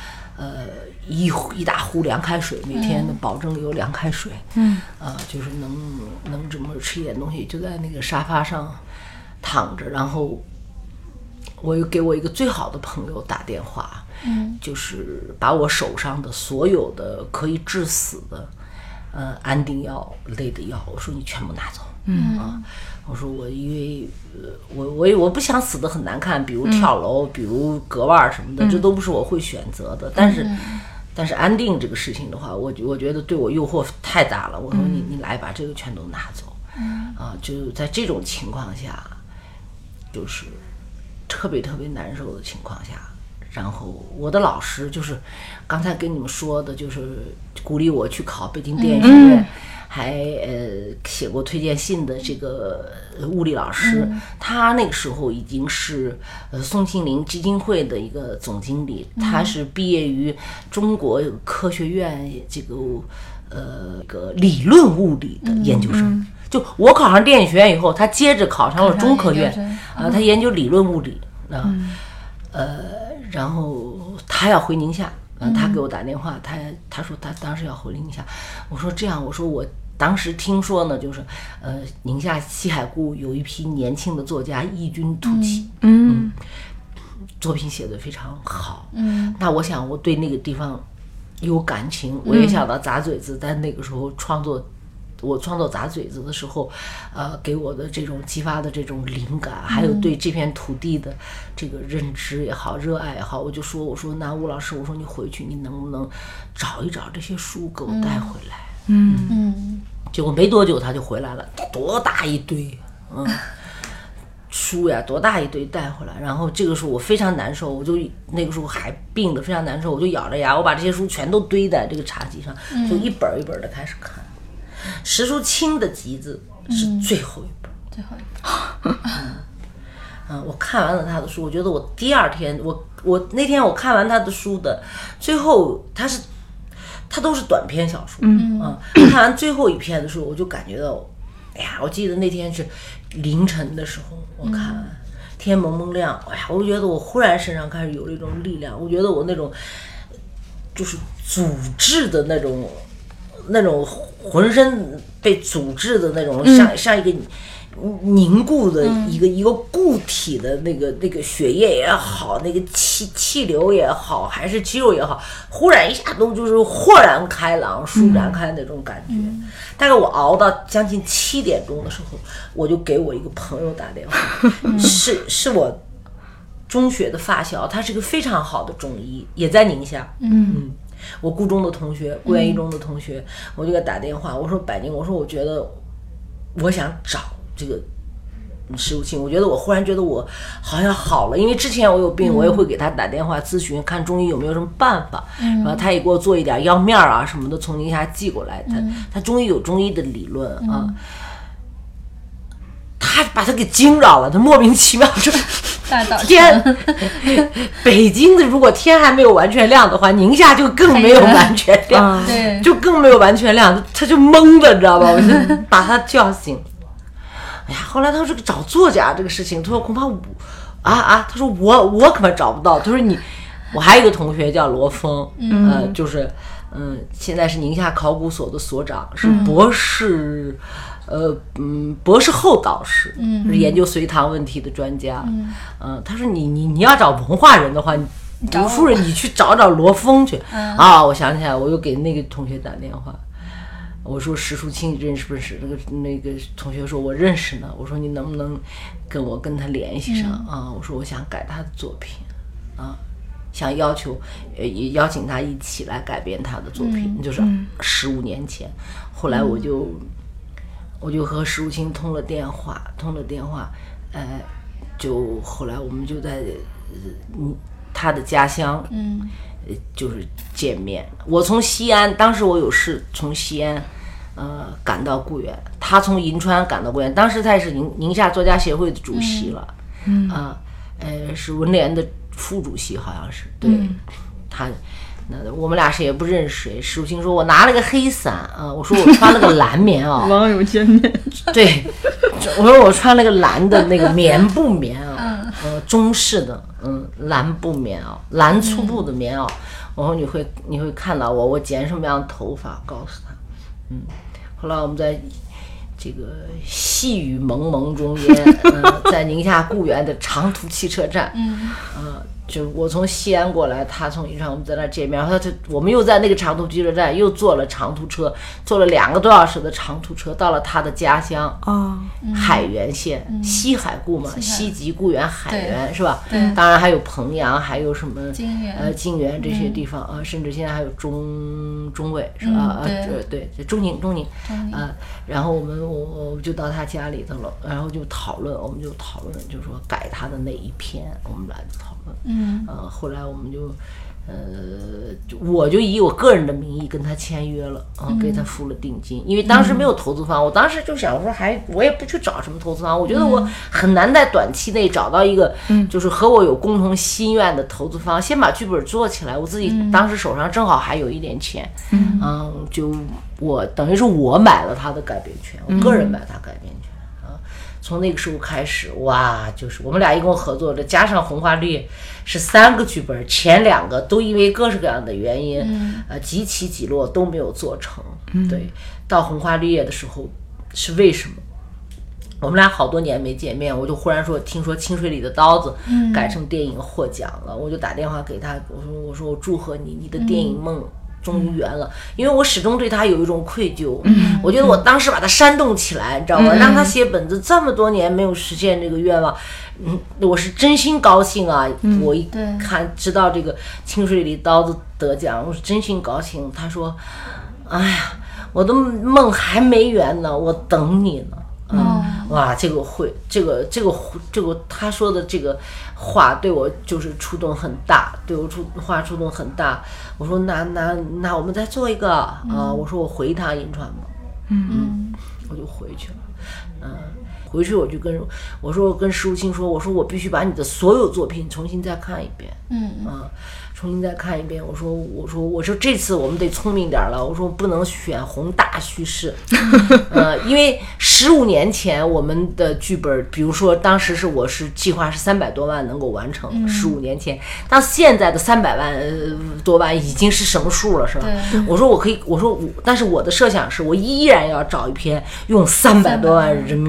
一大壶凉开水，每天的保证有凉开水，就是能这么吃一点东西，就在那个沙发上躺着，然后我又给我一个最好的朋友打电话，就是把我手上的所有的可以致死的安定药类的药，我说你全部拿走，我说我因为我不想死得很难看，比如跳楼，比如割腕什么的，这都不是我会选择的。但是安定这个事情的话，我觉得对我诱惑太大了。我说你来把这个全都拿走，就在这种情况下，就是特别难受的情况下，然后我的老师就是刚才跟你们说的，就是鼓励我去考北京电影学院。还写过推荐信的这个物理老师，他那个时候已经是宋庆龄基金会的一个总经理，他是毕业于中国科学院这个理论物理的研究生。就我考上电影学院以后，他接着考上了中科院，他研究理论物理然后他要回宁夏。他给我打电话，他说他当时要回宁夏，我说这样，我说我当时听说呢，就是宁夏西海固有一批年轻的作家异军突起，作品写得非常好，那我想我对那个地方有感情，我也想到杂嘴子在那个时候创作杂嘴子的时候，给我的这种激发的这种灵感，还有对这片土地的这个认知也好，热爱也好，我说那吴老师，我说你回去，你能不能找一找这些书给我带回来？结果没多久他就回来了，多大一堆，书呀，多大一堆带回来。然后这个时候我非常难受，我就那个时候还病得非常难受，我就咬着牙，我把这些书全都堆在这个茶几上，就一本一本的开始看。石树清的集子是最后一本，我看完了他的书，我觉得我第二天，我那天我看完他的书的最后，他都是短篇小说，看完最后一篇的时候，我就感觉到，哎呀，我记得那天是凌晨的时候，我看完天蒙蒙亮，哎呀，我就觉得我忽然身上开始有了一种力量，我觉得我那种就是组织的那种浑身被组织的那种，像一个凝固的一个固体的那个血液也好，那个气流也好，还是肌肉也好，忽然一下都就是豁然开朗、舒展开那种感觉。大概我熬到将近7点钟的时候，我就给我一个朋友打电话，是我中学的发小，他是个非常好的中医，也在宁夏。我顾中的同学，顾源一中的同学，我就给他打电话，我说百宁，我说我觉得我想找这个石如清，我觉得我忽然觉得我好像好了，因为之前我有病，我也会给他打电话咨询，看中医有没有什么办法，然后他也给我做一点药面啊什么的，从宁夏寄过来，他中医有中医的理论啊，他把他给惊着了，他莫名其妙就天，北京的如果天还没有完全亮的话，宁夏就更没有完全亮， 对， 就更没有完全亮，他就懵的，你知道吧？我就把他叫醒。哎呀，后来他说这个找作家这个事情，他说恐怕他说我可能找不到。他说我还有一个同学叫罗峰，就是现在是宁夏考古所的所长，是博士。博士后导师，是研究隋唐问题的专家。他说你要找文化人的话，读书人你去找罗峰去。我想起来，我又给那个同学打电话，我说石树清你认识不认识？那个同学说我认识呢。我说你能不能跟他联系上啊？我说我想改他的作品啊，想邀请他一起来改编他的作品，就是15年前。后来我就和石如清通了电话，就后来我们就在他的家乡，就是见面。我从西安，当时我有事从西安，赶到固原，他从银川赶到固原，当时他也是宁夏作家协会的主席了，是文联的副主席，好像是，对，他。那我们俩谁也不认识谁。石如清说：“我拿了个黑伞啊。”我说：“我穿了个蓝棉袄。” 网友见面。 对，我说我穿了个蓝的那个棉布棉袄，中式的蓝布棉袄，蓝粗布的棉袄。我说你会看到我剪什么样的头发，告诉他。后来我们在这个细雨蒙蒙中间，在宁夏固原的长途汽车站，就我从西安过来，他从银川，我们在那见面，然后我们又在那个长途汽车站又坐了长途车，坐了2个多小时的长途车，到了他的家乡海原县，西海固嘛，西极固原海原是吧？ 对， 当然还有彭阳，还有什么泾原这些地方啊，甚至现在还有中卫是吧？对，中宁然后我们就到他家里头了，然后就讨论，就是说改他的那一篇，我们俩就讨论。后来我们我就以我个人的名义跟他签约了，给他付了定金，因为当时没有投资方，我当时就想说我也不去找什么投资方，我觉得我很难在短期内找到一个就是和我有共同心愿的投资方，先把剧本做起来，我自己当时手上正好还有一点钱，就我等于是我买了他的改编权，我个人买他改编权。从那个时候开始，哇，就是我们俩一共合作的，加上红花绿叶是3个剧本，前2个都因为各式各样的原因，几起几落都没有做成。对，到红花绿叶的时候是为什么？我们俩好多年没见面，我就忽然听说《清水里的刀子》改成电影获奖了，我就打电话给他，我说我祝贺你的电影梦终于圆了，因为我始终对他有一种愧疚，我觉得我当时把他煽动起来，你知道吗？让他写本子，这么多年没有实现这个愿望，我是真心高兴啊！我一看知道这个《清水里刀子》得奖，我是真心高兴。他说：“哎呀，我的梦还没圆呢，我等你呢。”哇，这个他说的这个话对我就是触动很大，触动很大。我说那我们再做一个我说我回一趟银川吧，我就回去了，回去我就跟石如清说，我说我必须把你的所有作品重新再看一遍，重新再看一遍。我说这次我们得聪明点了，我说不能选宏大叙事，因为15年前我们的剧本，比如说当时我是计划是300多万能够完成，15年前，到现在的300万多万已经是什么数了，是吧？我说我可以，但是我的设想是我依然要找一篇用300多万人民币完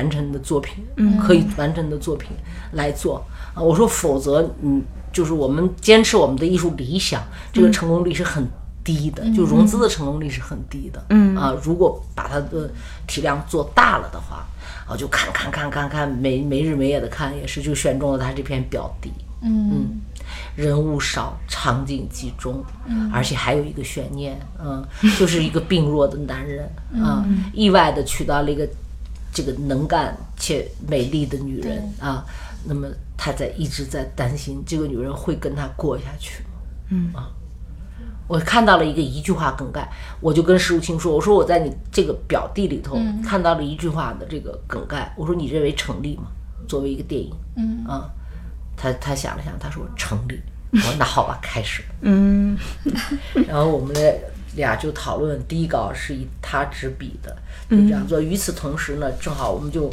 完成的作品，可以完成的作品来做啊。我说否则就是我们坚持我们的艺术理想，这个成功率是很低的，就融资的成功率是很低的。如果把它的体量做大了的话，就看没日没夜的看，也是就选中了他这片表弟。人物少，场景集中，而且还有一个悬念，就是一个病弱的男人意外的娶到了一个这个能干且美丽的女人啊。那么他一直在担心这个女人会跟他过下去吗？我看到了一句话梗概，我就跟石如清说，我说我在你这个表弟里头看到了一句话的这个梗概，我说你认为成立吗？作为一个电影，他想了想，他说成立。我说那好吧，开始。然后我们俩就讨论，第一稿是以他执笔的，就这样做。与此同时呢，正好我们就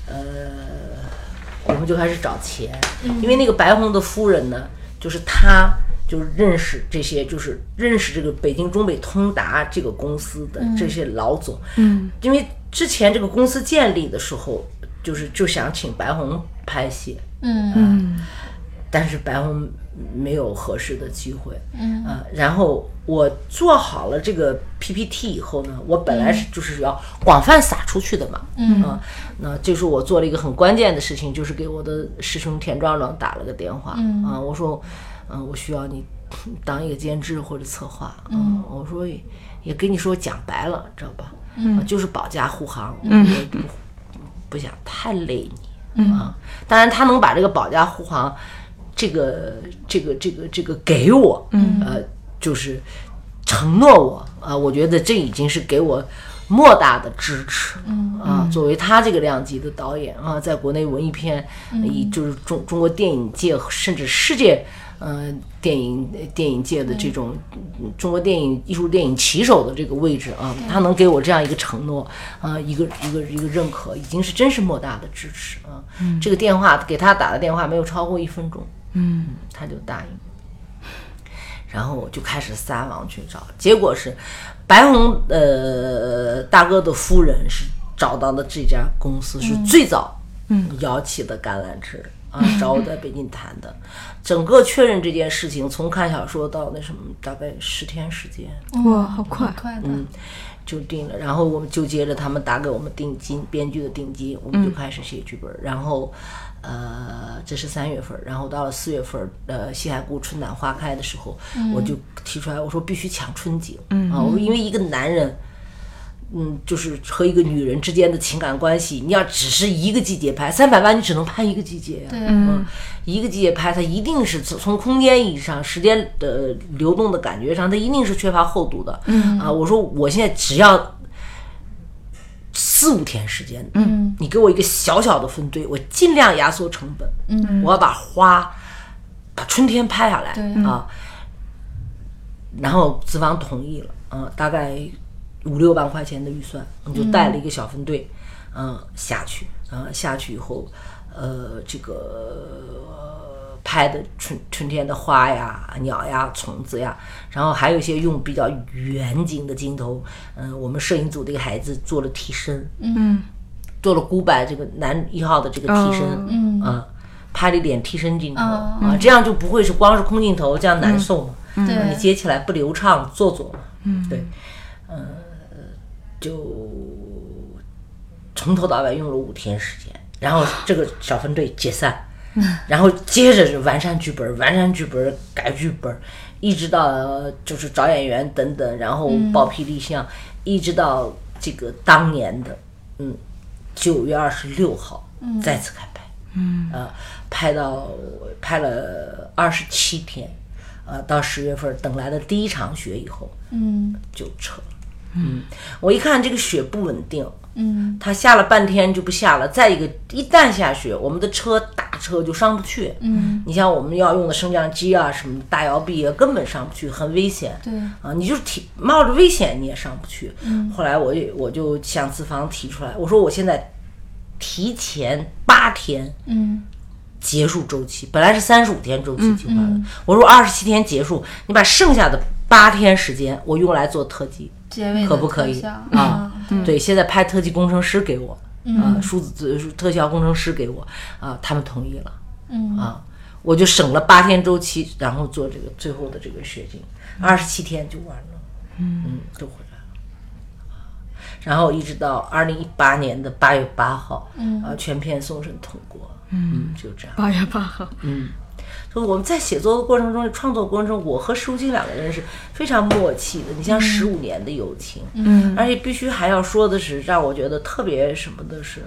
开始找钱，因为那个白虹的夫人呢，就是他就认识这些，就是认识这个北京中北通达这个公司的这些老总。因为之前这个公司建立的时候，就想请白虹拍戏，但是白虹没有合适的机会，然后我做好了这个 PPT 以后呢，我本来就是要广泛撒出去的嘛，那就是我做了一个很关键的事情，就是给我的师兄田壮壮打了个电话，我说，我需要你当一个监制或者策划，我说也跟你说讲白了，知道吧？就是保驾护航，我不想太累你啊。当然，他能把这个保驾护航。这个给我，就是承诺我我觉得这已经是给我莫大的支持作为他这个量级的导演在国内文艺片，以就是中国电影界甚至世界电影界的这种中国电影艺术电影旗手的这个位置他能给我这样一个承诺一个认可，已经是真是莫大的支持这个电话给他打的电话没有超过1分钟。他就答应，然后我就开始撒网去找，结果是白虹大哥的夫人是找到的这家公司是最早摇起的橄榄枝找我在北京谈的，整个确认这件事情从看小说到那什么大概10天时间， 哇，好快的， 就定了，然后我们就接着他们打给我们定金，编剧的定金，我们就开始写剧本，然后这是3月份，然后到了4月份，西海固春暖花开的时候，我就提出来，我说必须抢春景，我说因为一个男人，就是和一个女人之间的情感关系，你要只是一个季节拍，300万你只能拍一个季节呀，一个季节拍，它一定是从空间意义上、时间的流动的感觉上，它一定是缺乏厚度的，我说我现在只要4-5天时间，你给我一个小小的分队，我尽量压缩成本，我要把春天拍下来然后资方同意了大概5-6万块钱的预算，就带了一个小分队下去，下去以后这个拍的春天的花呀、鸟呀、虫子呀，然后还有一些用比较远景的镜头，我们摄影组这个孩子做了替身，做了古柏这个男1号的这个替身，拍了一点替身镜头这样就不会是光是空镜头，这样难受嘛，你接起来不流畅，做作嘛，对，就从头到尾用了5天时间，然后这个小分队解散。然后接着就完善剧本，改剧本，一直到就是找演员等等，然后报批立项，一直到这个当年的9月26号再次开拍，拍了27天，到10月份等来的第1场雪以后，就撤了。我一看这个雪不稳定，它下了半天就不下了，再一个一旦下雪，我们的大车就上不去，你像我们要用的升降机啊什么的大摇臂啊根本上不去，很危险， 对你就是冒着危险你也上不去，后来我就向资方提出来，我说我现在提前8天结束周期，本来是35天周期计划的，我说27天结束，你把剩下的8天时间我用来做特技，可不可以啊？对，现在派特技工程师给我数字特效工程师给我他们同意了，我就省了8天周期，然后做这个最后的这个血镜，27天就完了，都回来了，然后一直到2018年的8月8号，全片送审通过，就这样。 8月8号， 就是我们在写作的过程中、创作过程中，我和石如清2个人是非常默契的。你像15年的友情，而且必须还要说的是，让我觉得特别什么的是，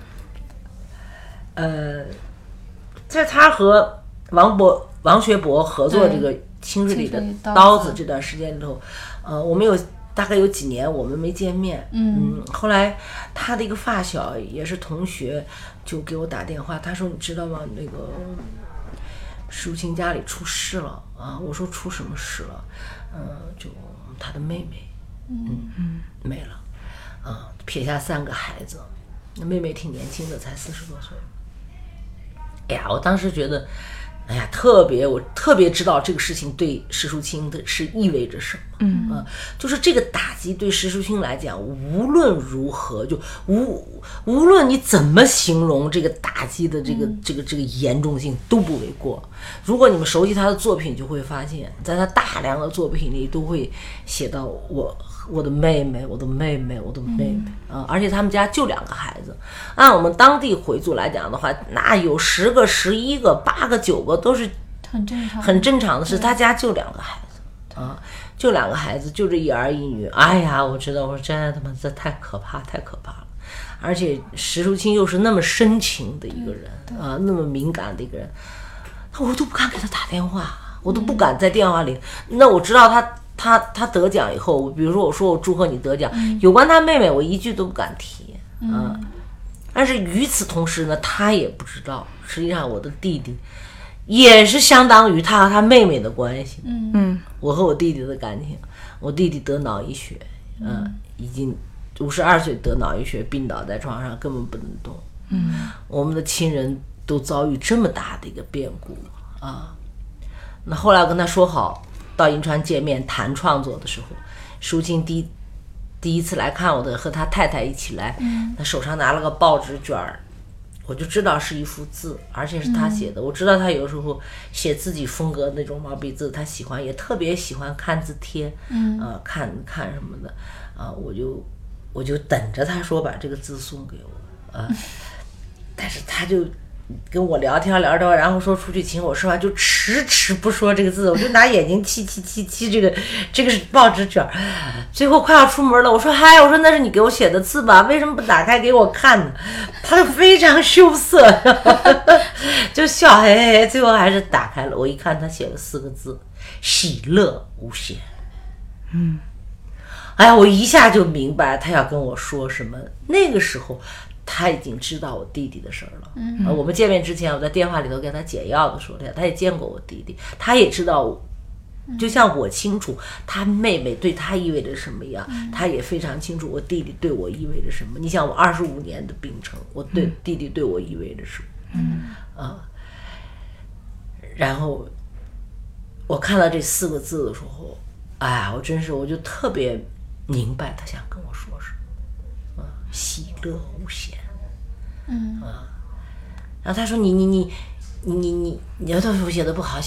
在他和王学博合作这个《清水里的刀子》这段时间里头，我们大概有几年我们没见面，后来他的一个发小也是同学，就给我打电话，他说你知道吗？那个石如清家里出事了啊！我说出什么事了？就他的妹妹，没了，撇下3个孩子，那妹妹挺年轻的，才40多岁。哎呀，我当时觉得，哎呀，我特别知道这个事情对石如清的是意味着什么。就是这个打击对石如清来讲，无论如何，就无论你怎么形容这个打击的这个严重性都不为过。如果你们熟悉他的作品，就会发现，在他大量的作品里都会写到我的妹妹，我的妹妹，我的妹妹而且他们家就2个孩子。按我们当地回族来讲的话，那有10个、11个、8个、9个都是很正常的事。他家就2个孩子就2个孩子，就这一儿一女。哎呀，我知道，我说真的他妈这太可怕了。而且石如清又是那么深情的一个人那么敏感的一个人，我都不敢给他打电话，我都不敢在电话里。那我知道他得奖以后，比如说我说我祝贺你得奖，有关他妹妹我一句都不敢提但是与此同时呢，他也不知道，实际上我的弟弟也是相当于他和他妹妹的关系。我和我弟弟的感情，我弟弟得脑溢血，已经52岁得脑溢血，病倒在床上，根本不能动。我们的亲人都遭遇这么大的一个变故那后来我跟他说好到银川见面谈创作的时候，石如清第一次来看我的，和他太太一起来，他手上拿了个报纸卷我就知道是一幅字，而且是他写的。我知道他有时候写自己风格那种毛笔字，他喜欢，也特别喜欢看字帖，看什么的我就等着他说把这个字送给我但是他就跟我聊天，然后说出去请我吃饭，就迟不说这个字，我就拿眼睛气这个是报纸卷。最后快要出门了，我说嗨，我说那是你给我写的字吧，为什么不打开给我看呢？他就非常羞涩就笑嘿嘿，最后还是打开了。我一看他写了4个字，喜乐无限。哎呀，我一下就明白他要跟我说什么。那个时候他已经知道我弟弟的事儿了。我们见面之前，我在电话里头给他简要的说了，他也见过我弟弟，他也知道我，就像我清楚他妹妹对他意味着什么一样，他也非常清楚我弟弟对我意味着什么。你想我25年的病程，我对弟弟对我意味着什么？然后我看到这4个字的时候，哎，我就特别明白他想跟我说什么，喜乐无限。然后他说你要他说写的不好，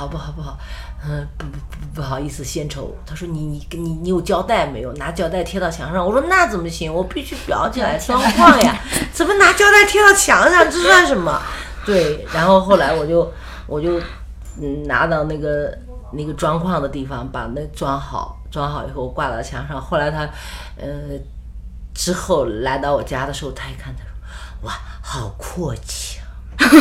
不好意思献丑。他说你有胶带没有？拿胶带贴到墙上。我说那怎么行？我必须裱起来装框呀，怎么拿胶带贴到墙上？这算什么？对，然后后来我就拿到那个装框的地方，把那装好以后挂到墙上。后来他之后来到我家的时候，他一看，他说哇，好阔气啊。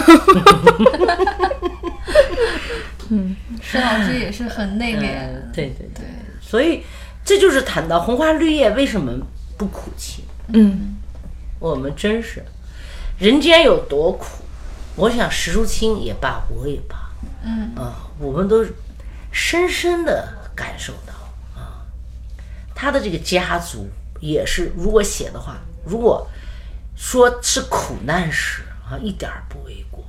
石老师也是很内敛。 对，所以这就是谈到红花绿叶为什么不苦情。我们真是人间有多苦，我想石如清也罢，我也罢，我们都深深的感受到他的这个家族也是，如果写的话，如果说是苦难史一点不为过。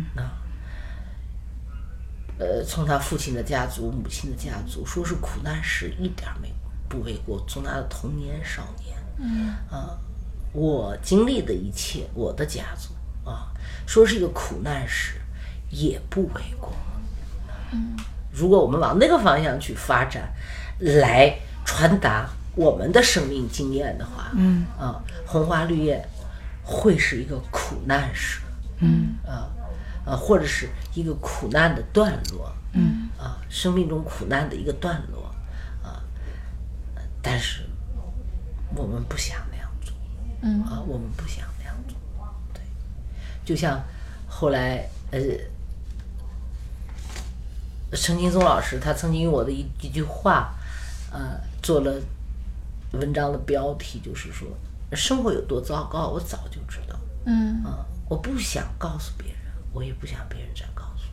从他父亲的家族、母亲的家族，说是苦难史一点不为过。从他的童年、少年， 我经历的一切，我的家族啊，说是一个苦难史，也不为过。如果我们往那个方向去发展，来传达我们的生命经验的话，红花绿叶会是一个苦难史，或者是一个苦难的段落，生命中苦难的一个段落，但是我们不想那样做，我们不想那样做，对，就像后来陈劲松老师他曾经用我的一句话，做了文章的标题，就是说生活有多糟糕，我早就知道，我不想告诉别人，我也不想别人再告诉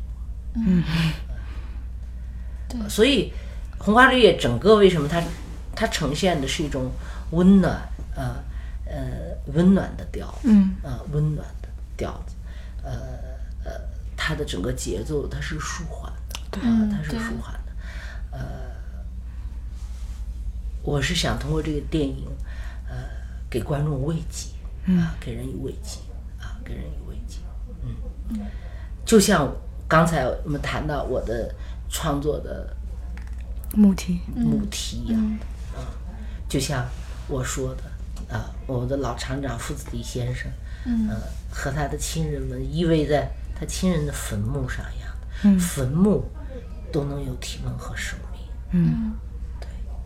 我，所以红花绿叶整个为什么它呈现的是一种温暖，温暖的调子，温暖的调子，它的整个节奏它是舒缓的，它是舒缓的，我是想通过这个电影，给观众慰藉，给人以慰藉，给人以慰藉，就像刚才我们谈到我的创作的母题一样的，就像我说的，我的老厂长傅子弟先生，和他的亲人们依偎在他亲人的坟墓上一样的，坟墓都能有体温和生命，对，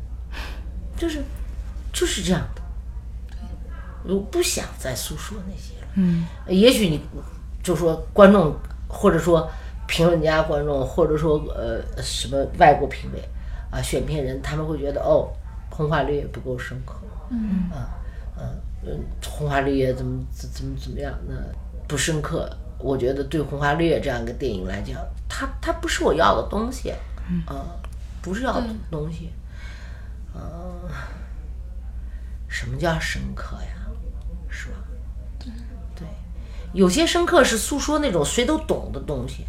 就是这样的。我不想再诉说那些了，也许你就说观众，或者说评论家观众，或者说什么外国评委选片人，他们会觉得红花绿叶不够深刻，红花绿叶怎么样呢？不深刻。我觉得对红花绿叶这样一个电影来讲，它不是我要的东西，不是要的东西，什么叫深刻呀？是吧？对，有些深刻是诉说那种谁都懂的东西，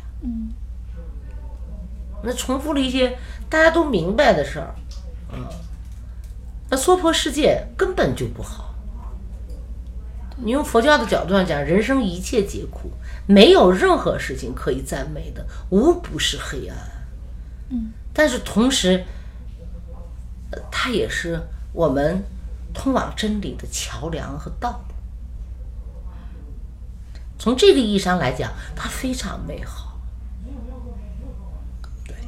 那重复了一些大家都明白的事儿，那娑婆世界根本就不好。你用佛教的角度上讲，人生一切皆苦，没有任何事情可以赞美的，无不是黑暗。但是同时，它也是我们通往真理的桥梁和道路。从这个意义上来讲，它非常美好。对，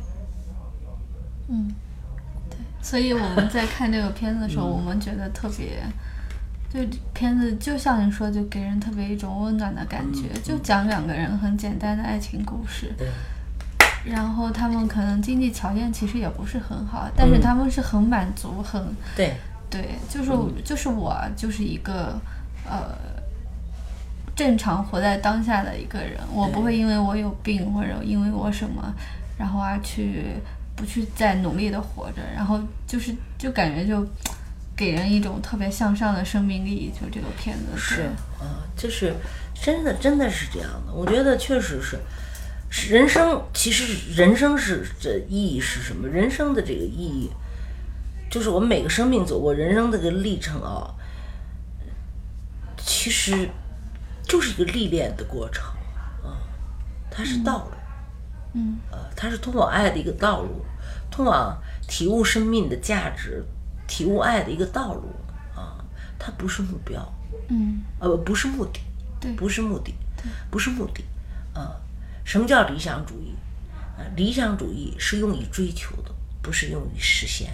对，所以我们在看这个片子的时候，我们觉得特别。就片子就像你说，就给人特别一种温暖的感觉，就讲两个人很简单的爱情故事，然后他们可能经济条件其实也不是很好，但是他们是很满足，很对，就是我就是一个正常活在当下的一个人，我不会因为我有病或者因为我什么，然后不去再努力的活着，然后就感觉就给人一种特别向上的生命力，就这个片子是就是真的是这样的。我觉得确实是人生，其实人生是这意义是什么？人生的这个意义，就是我们每个生命走过人生的这个历程其实就是一个历练的过程它是道路，它是通往爱的一个道路，通往体悟生命的价值。体悟爱的一个道路它不是目标，不是目的，不是目的，不是目的什么叫理想主义？理想主义是用以追求的，不是用于实现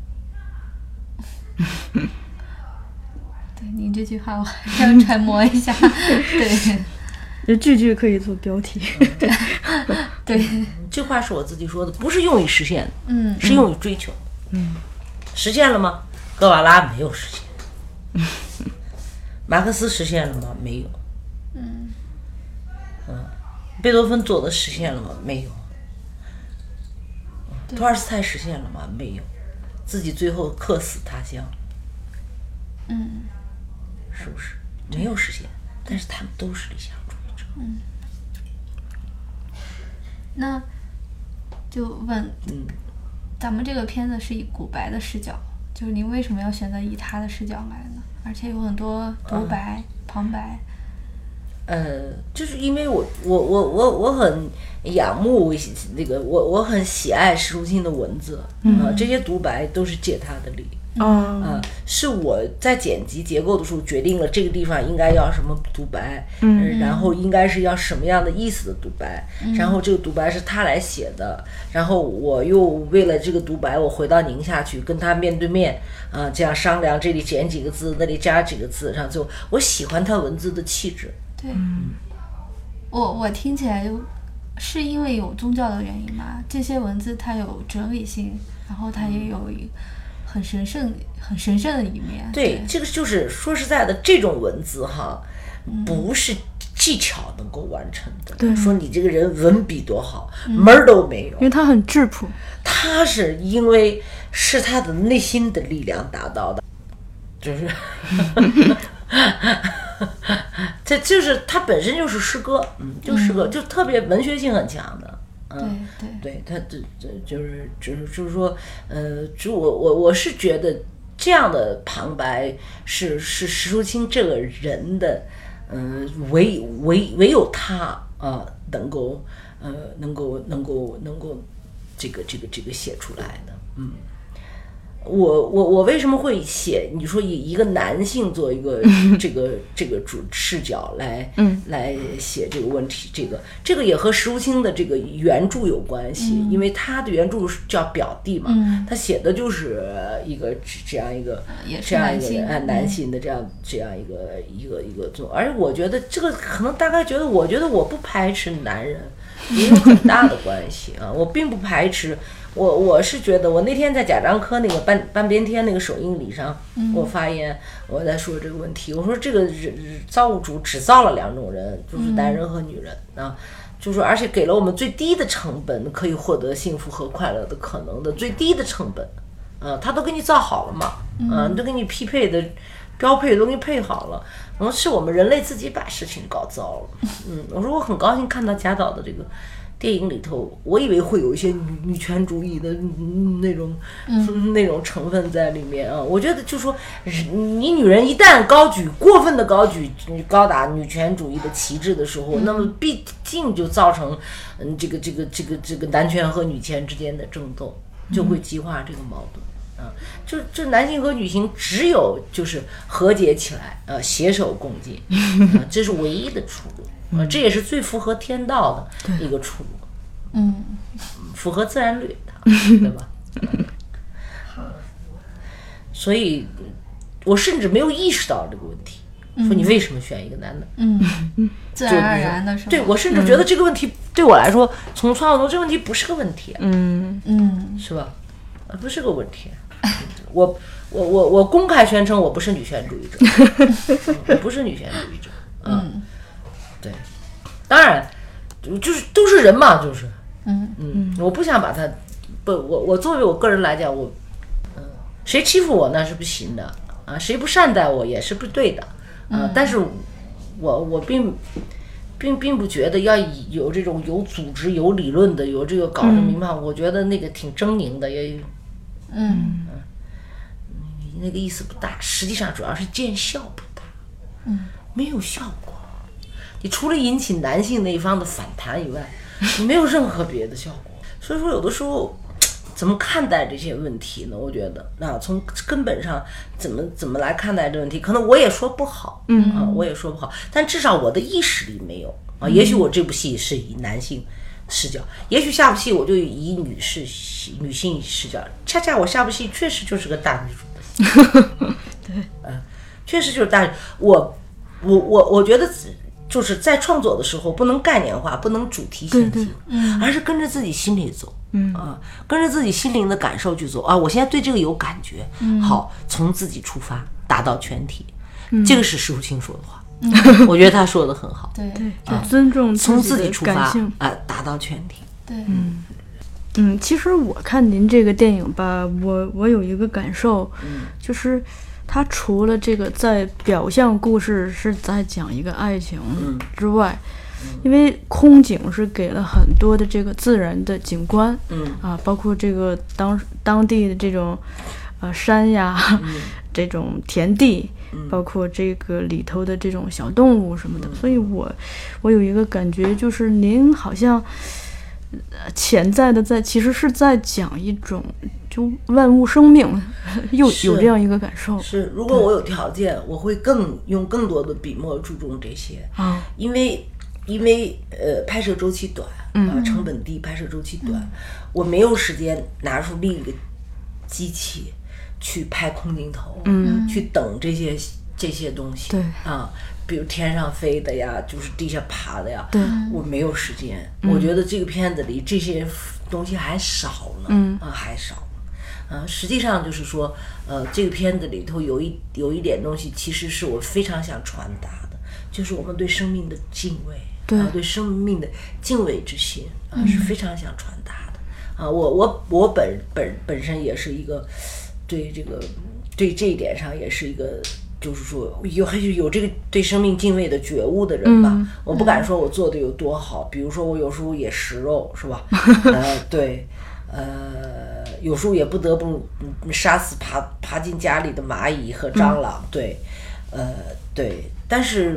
的。 对，你这句话我还要揣摩一下。 对，句句可以做标题。 对， 这话是我自己说的，不是用于实现的，是用于追求的。实现了吗？格瓦拉没有实现。马克思实现了吗？没有。贝多芬做的实现了吗？没有。托尔斯泰实现了吗？没有。自己最后客死他乡。是不是？没有实现，但是他们都是理想主义者。 那就问，咱们这个片子是以古白的视角， 就是您为什么要选择以他的视角来呢？而且有很多独白、旁白。 就是因为我很仰慕那个我很喜爱石竹清的文字这些独白都是借他的力。是我在剪辑结构的时候决定了这个地方应该要什么独白，然后应该是要什么样的意思的独白，然后这个独白是他来写的，然后我又为了这个独白我回到宁夏去跟他面对面这样商量，这里减几个字那里加几个字，然后就我喜欢他文字的气质。 对，我听起来就是因为有宗教的原因嘛，这些文字它有哲理性，然后它也有很神圣的一面。 对，这个就是说实在的，这种文字不是技巧能够完成的。 对， 说你这个人文笔多好，门儿都没有， 因为他很质朴。 他是因为是他的内心的力量达到的，就是这就是他本身就是诗歌，就是诗歌，就特别文学性很强的。对，他就是说，就我是觉得这样的旁白是石竹清这个人的，唯有他能够这个写出来的，我为什么会写？你说以一个男性做一个这个主视角来写这个问题，这个也和石竹清的这个原著有关系，因为他的原著叫表弟嘛，他写的就是这样一个男性的这样一个做，而且我觉得这个可能大概我觉得我不排斥男人，也有很大的关系我并不排斥。我是觉得，我那天在贾樟柯那个半边天那个首映礼上，我发言我在说这个问题，我说这个造物主只造了2种人，就是男人和女人就是而且给了我们最低的成本可以获得幸福和快乐的可能的最低的成本，他都给你造好了嘛，都给你匹配的标配都给你配好了，然后是我们人类自己把事情搞糟了。我说我很高兴看到贾导的这个电影里头，我以为会有一些女权主义的那种成分在里面我觉得就是说，你女人一旦过分的高打女权主义的旗帜的时候，那么毕竟就造成这个男权和女权之间的争斗，就会激化这个矛盾。就男性和女性只有就是和解起来携手共进这是唯一的出路这也是最符合天道的一个出路符合自然律对吧所以我甚至没有意识到这个问题说你为什么选一个男的自然而然的是吧？ 对，我甚至觉得这个问题对我来说从创作中这个问题不是个问题是吧不是个问题我公开宣称我不是女权主义者我不是女权主义者对，当然就是都是人嘛，就是我不想把他我作为我个人来讲，谁欺负我那是不行的谁不善待我也是不对的但是我并不觉得要有这种有组织有理论的有这个搞成名堂我觉得那个挺狰狞的也那个意思不大，实际上主要是见效不大没有效果，你除了引起男性那一方的反弹以外你没有任何别的效果。所以说有的时候怎么看待这些问题呢？我觉得从根本上怎么来看待这个问题，可能我也说不好我也说不好，但至少我的意识里没有也许我这部戏是以男性视角，也许下部戏我就以女性视角，恰恰我下部戏确实就是个大女主的戏对确实就是大女我觉得就是在创作的时候不能概念化，不能主题性而是跟着自己心里走跟着自己心灵的感受去走我现在对这个有感觉好，从自己出发达到全体这个是石竹清说的话我觉得他说的很好对尊重从自己出发达到全体对其实我看您这个电影吧，我有一个感受就是它除了这个在表象故事是在讲一个爱情之外因为空景是给了很多的这个自然的景观包括这个当地的这种山呀，这种田地，包括这个里头的这种小动物什么的。所以我有一个感觉，就是您好像潜在的其实是在讲一种就万物生命，有这样一个感受。 是，如果我有条件，我会用更多的笔墨注重这些啊，因为拍摄周期短成本低，拍摄周期短，我没有时间拿出另一个机器去拍空镜头，去等这些东西， 对啊，比如天上飞的呀，就是地下爬的呀， 对， 我没有时间。我觉得这个片子里这些东西还少呢，还少。实际上就是说，这个片子里头有一点东西，其实是我非常想传达的，就是我们对生命的敬畏，对生命的敬畏之心是非常想传达的。我本身也是一个对这一点上也是一个，就是说有这个对生命敬畏的觉悟的人吧。我不敢说我做的有多好，比如说我有时候也食肉，是吧？对。有时候也不得不杀死爬进家里的蚂蚁和蟑螂，对，对，但是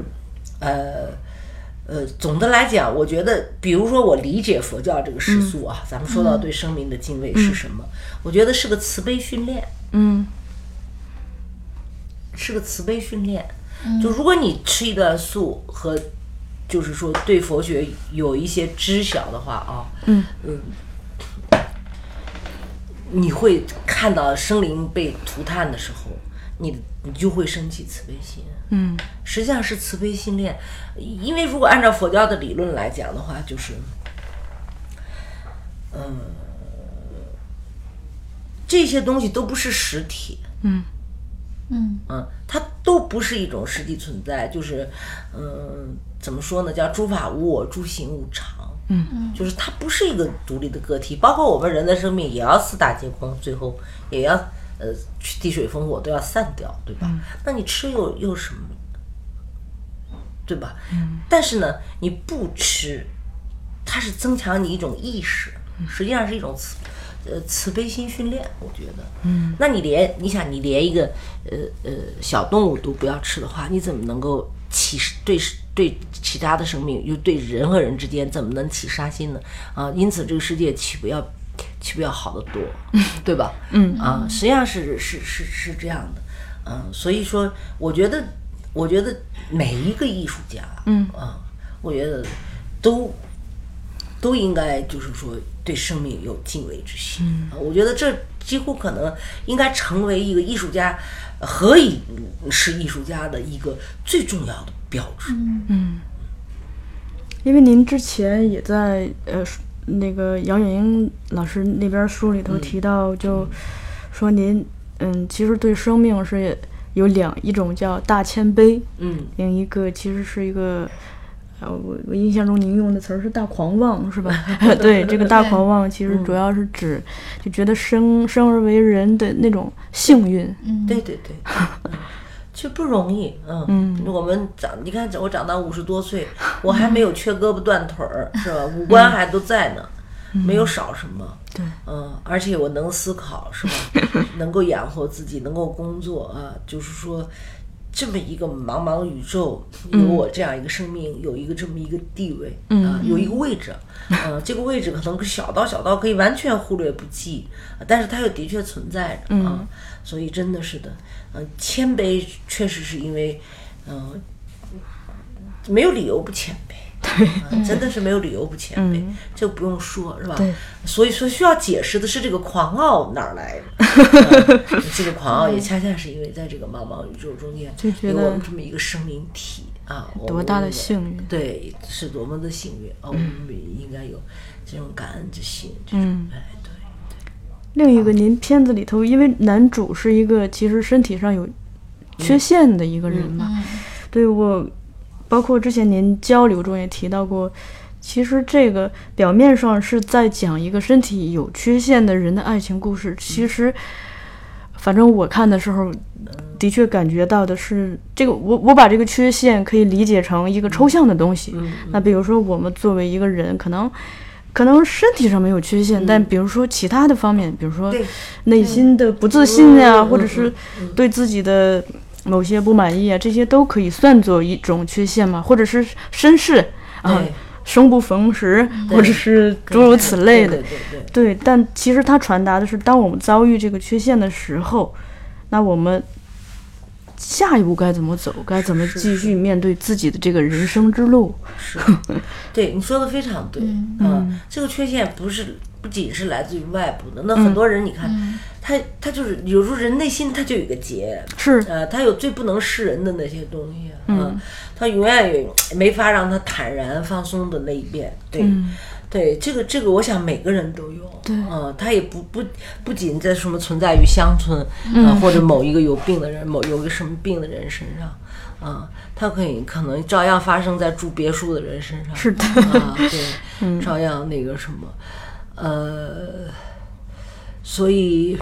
总的来讲，我觉得，比如说我理解佛教这个食素啊，咱们说到对生命的敬畏是什么？我觉得是个慈悲训练，是个慈悲训练。就如果你吃一段素和，就是说对佛学有一些知晓的话啊，你会看到生灵被涂炭的时候，你就会升起慈悲心。实际上是慈悲心练，因为如果按照佛教的理论来讲的话，就是，这些东西都不是实体。它都不是一种实体存在，就是，怎么说呢？叫诸法无我，诸行无常。就是它不是一个独立的个体，包括我们人的生命也要四大皆空，最后也要地水风火都要散掉，对吧？那你吃又什么，对吧？但是呢，你不吃，它是增强你一种意识，实际上是一种慈悲心训练，我觉得。那你连一个小动物都不要吃的话，你怎么能够对其他的生命，又对人和人之间怎么能起杀心呢？因此这个世界岂不要好得多，对吧？实际上是这样的。所以说，我觉得每一个艺术家，我觉得都应该就是说对生命有敬畏之心。我觉得这几乎可能应该成为一个艺术家何以是艺术家的一个最重要的标志。 因为您之前也在那个杨钰莹老师那边书里头提到，就说您其实对生命是有一种叫大谦卑，另一个其实是一个我印象中您用的词儿是大狂妄，是吧？对，这个大狂妄其实主要是指就觉得生而为人的那种幸运。 对，其实不容易。我们你看我长到50多岁，我还没有缺胳膊断腿儿，是吧？五官还都在呢，没有少什么。 对， 而且我能思考，是吧？能够养活自己，能够工作啊，就是说。这么一个茫茫宇宙，有我这样一个生命，有一个这么一个地位，有一个位置，这个位置可能小到可以完全忽略不计，但是它又的确存在着啊，所以真的是的，谦卑确实是因为，没有理由不谦卑。真的是没有理由不谦卑，这不用说，是吧？所以说需要解释的是这个狂傲哪儿来的？这个狂傲也恰恰是因为在这个茫茫宇宙中间有我们这么一个生命体啊， 多大的幸运！ 对，是多么的幸运我们应该有这种感恩之心。对。 另一个，您片子里头，因为男主是一个其实身体上有缺陷的一个人嘛，对我。包括之前您交流中也提到过，其实这个表面上是在讲一个身体有缺陷的人的爱情故事，其实反正我看的时候的确感觉到的是这个，我把这个缺陷可以理解成一个抽象的东西。那比如说我们作为一个人，可能可能身体上没有缺陷，但比如说其他的方面，比如说对内心的不自信呀，或者是对自己的某些不满意啊，这些都可以算作一种缺陷嘛，或者是身世啊，生不逢时，或者是诸如此类的。对，但其实它传达的是，当我们遭遇这个缺陷的时候，那我们下一步该怎么走，该怎么继续面对自己的这个人生之路。 是，对，你说的非常对。这个缺陷不仅是来自于外部的，那很多人你看，他就是有时候人内心他就有一个结， 是他有最不能示人的那些东西他永远也没法让他坦然放松的那一面。对，对，这个我想每个人都有。 对， 他也不仅在什么存在于乡村或者某一个有病的人，有个什么病的人身上它可能照样发生在住别墅的人身上。 是的对，照样那个什么所以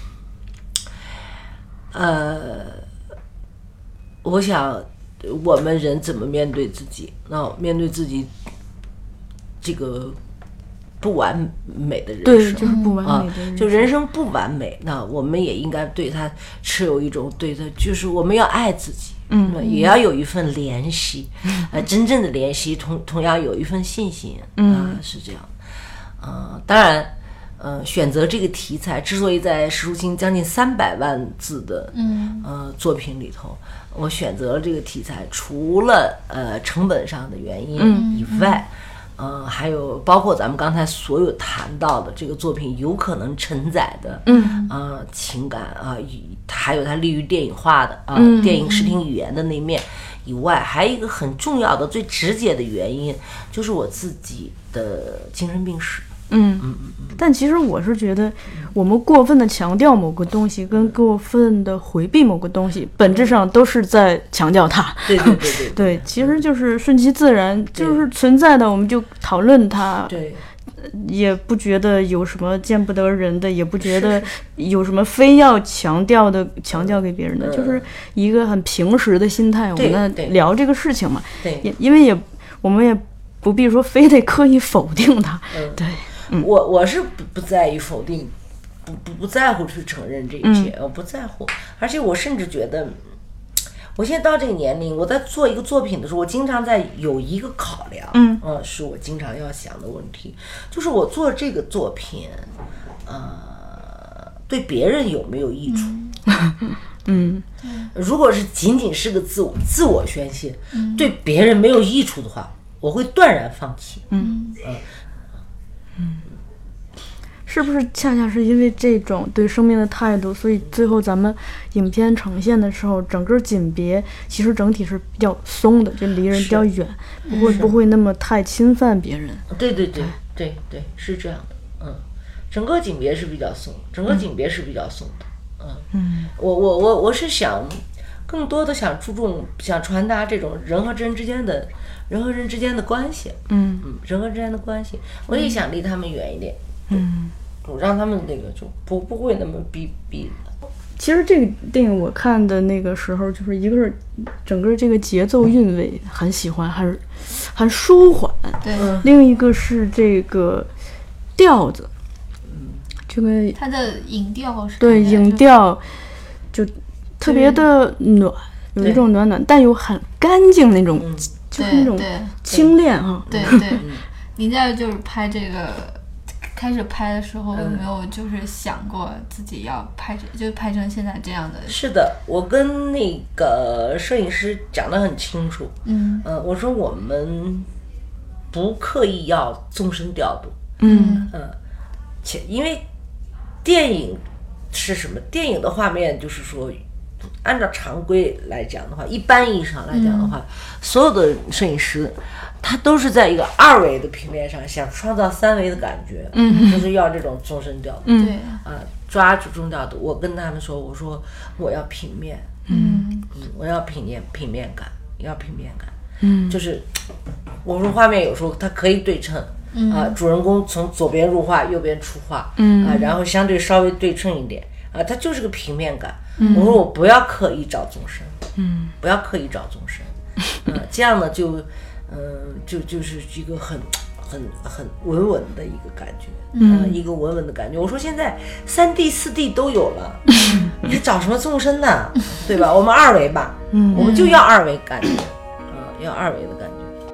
我想我们人怎么面对自己，那面对自己这个不完美的人生， 对，就是不完美的人生， 就人生不完美，那我们也应该对他持有一种对他，就是我们要爱自己，也要有一份怜惜，真正的怜惜，同样有一份信心，是这样。当然，选择这个题材，之所以在石淑清将近300万字的作品里头，我选择了这个题材，除了成本上的原因以外。还有包括咱们刚才所有谈到的这个作品有可能承载的情感还有它利于电影化的电影视听语言的那面以外，还有一个很重要的最直接的原因，就是我自己的精神病史。 但其实我是觉得，我们过分的强调某个东西，跟过分的回避某个东西，本质上都是在强调它。 对， 其实就是顺其自然，就是存在的，我们就讨论它。 对， 也不觉得有什么见不得人的，也不觉得有什么非要强调给别人的，就是一个很平时的心态，我们在聊这个事情嘛。 对， 因为我们也不必说非得刻意否定它。对。 我是不在意否定，不在乎去承认这一切，我不在乎，而且我甚至觉得，我现在到这个年龄，我在做一个作品的时候，我经常在有一个考量，是我经常要想的问题，就是我做这个作品，对别人有没有益处？如果是仅仅是个自我宣泄，对别人没有益处的话，我会断然放弃。 是不是恰恰是因为这种对生命的态度，所以最后咱们影片呈现的时候，整个景别其实整体是比较松的，就离人比较远，不会那么太侵犯别人。 对，是这样的。整个景别是比较松，的。我是想更多的想注重，想传达这种人和人之间的关系。人和人之间的关系，我也想离他们远一点。让他们那个就不会那么逼。 其实这个电影我看的那个时候，就是一个是整个这个节奏韵味很喜欢，很舒缓。 对。 另一个是这个调子，这个它的影调是对影调就特别的暖，有一种暖，但又很干净那种，就是那种清炼哈。 对。您在就是拍这个。开始拍的时候有没有就是想过自己要拍成现在这样的？ 是的，我跟那个摄影师讲得很清楚。我说我们不刻意要纵深调度。因为电影是什么？电影的画面就是说，按照常规来讲的话，一般意义上来讲的话，所有的摄影师。他都是在一个2维的平面上想创造3维的感觉，就是要这种纵深调度，抓住中调度。我跟他们说，我说我要平面，我要平面感，就是我说画面有时候它可以对称，主人公从左边入画，右边出画，然后相对稍微对称一点，它就是个平面感。我说我不要刻意找纵深，这样呢就是一个很稳稳的一个感觉，一个稳稳的感觉。我说现在3D 4D 都有了，你还找什么纵深呢？对吧？我们2维吧，我们就要2维感觉，要2维的感觉。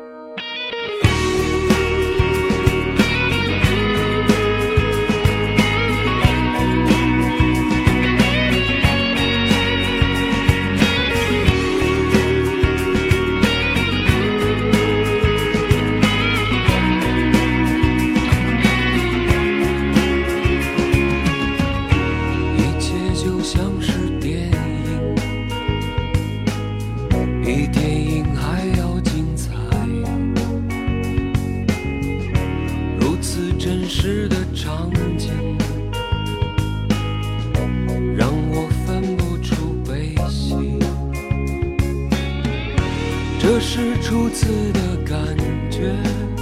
这是初次的感觉，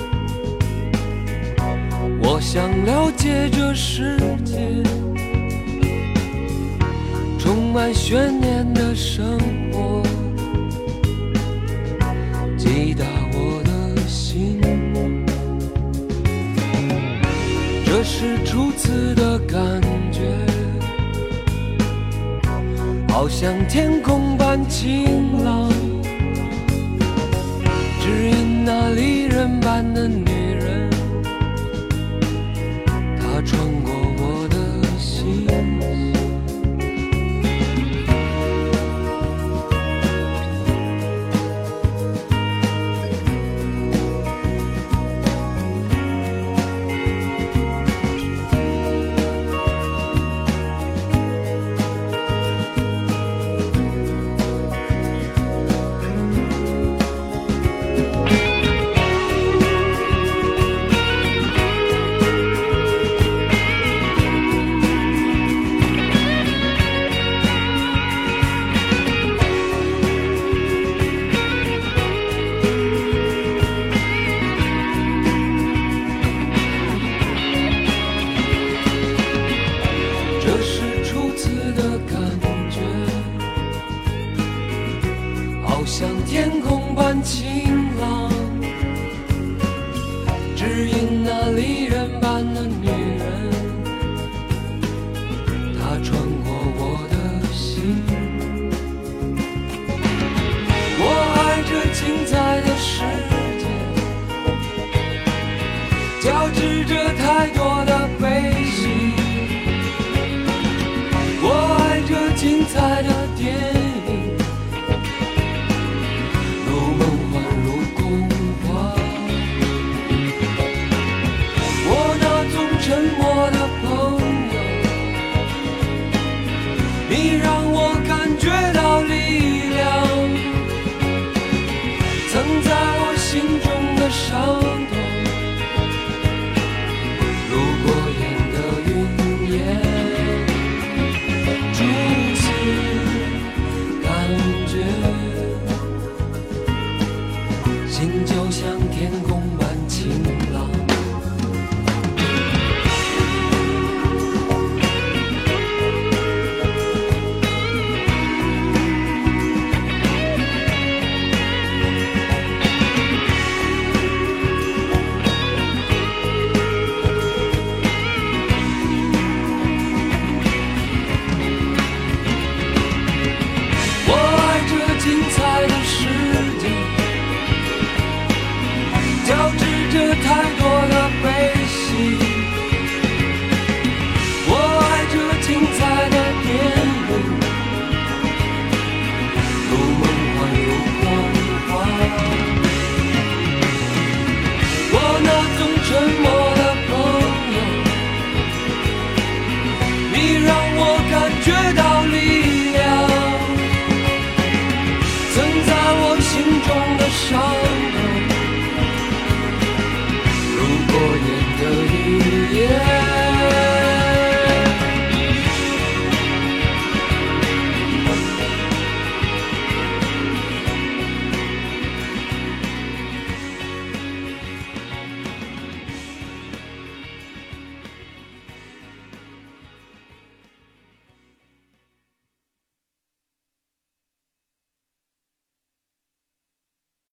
我想了解这世界，充满悬念的生活，击打我的心。这是初次的感觉，好像天空般晴朗，只因那离人般的女人，她穿过我的心。好像天空般晴朗，只因那离人般的女人，她穿过我的心。我爱这精彩的世界，交织着太多的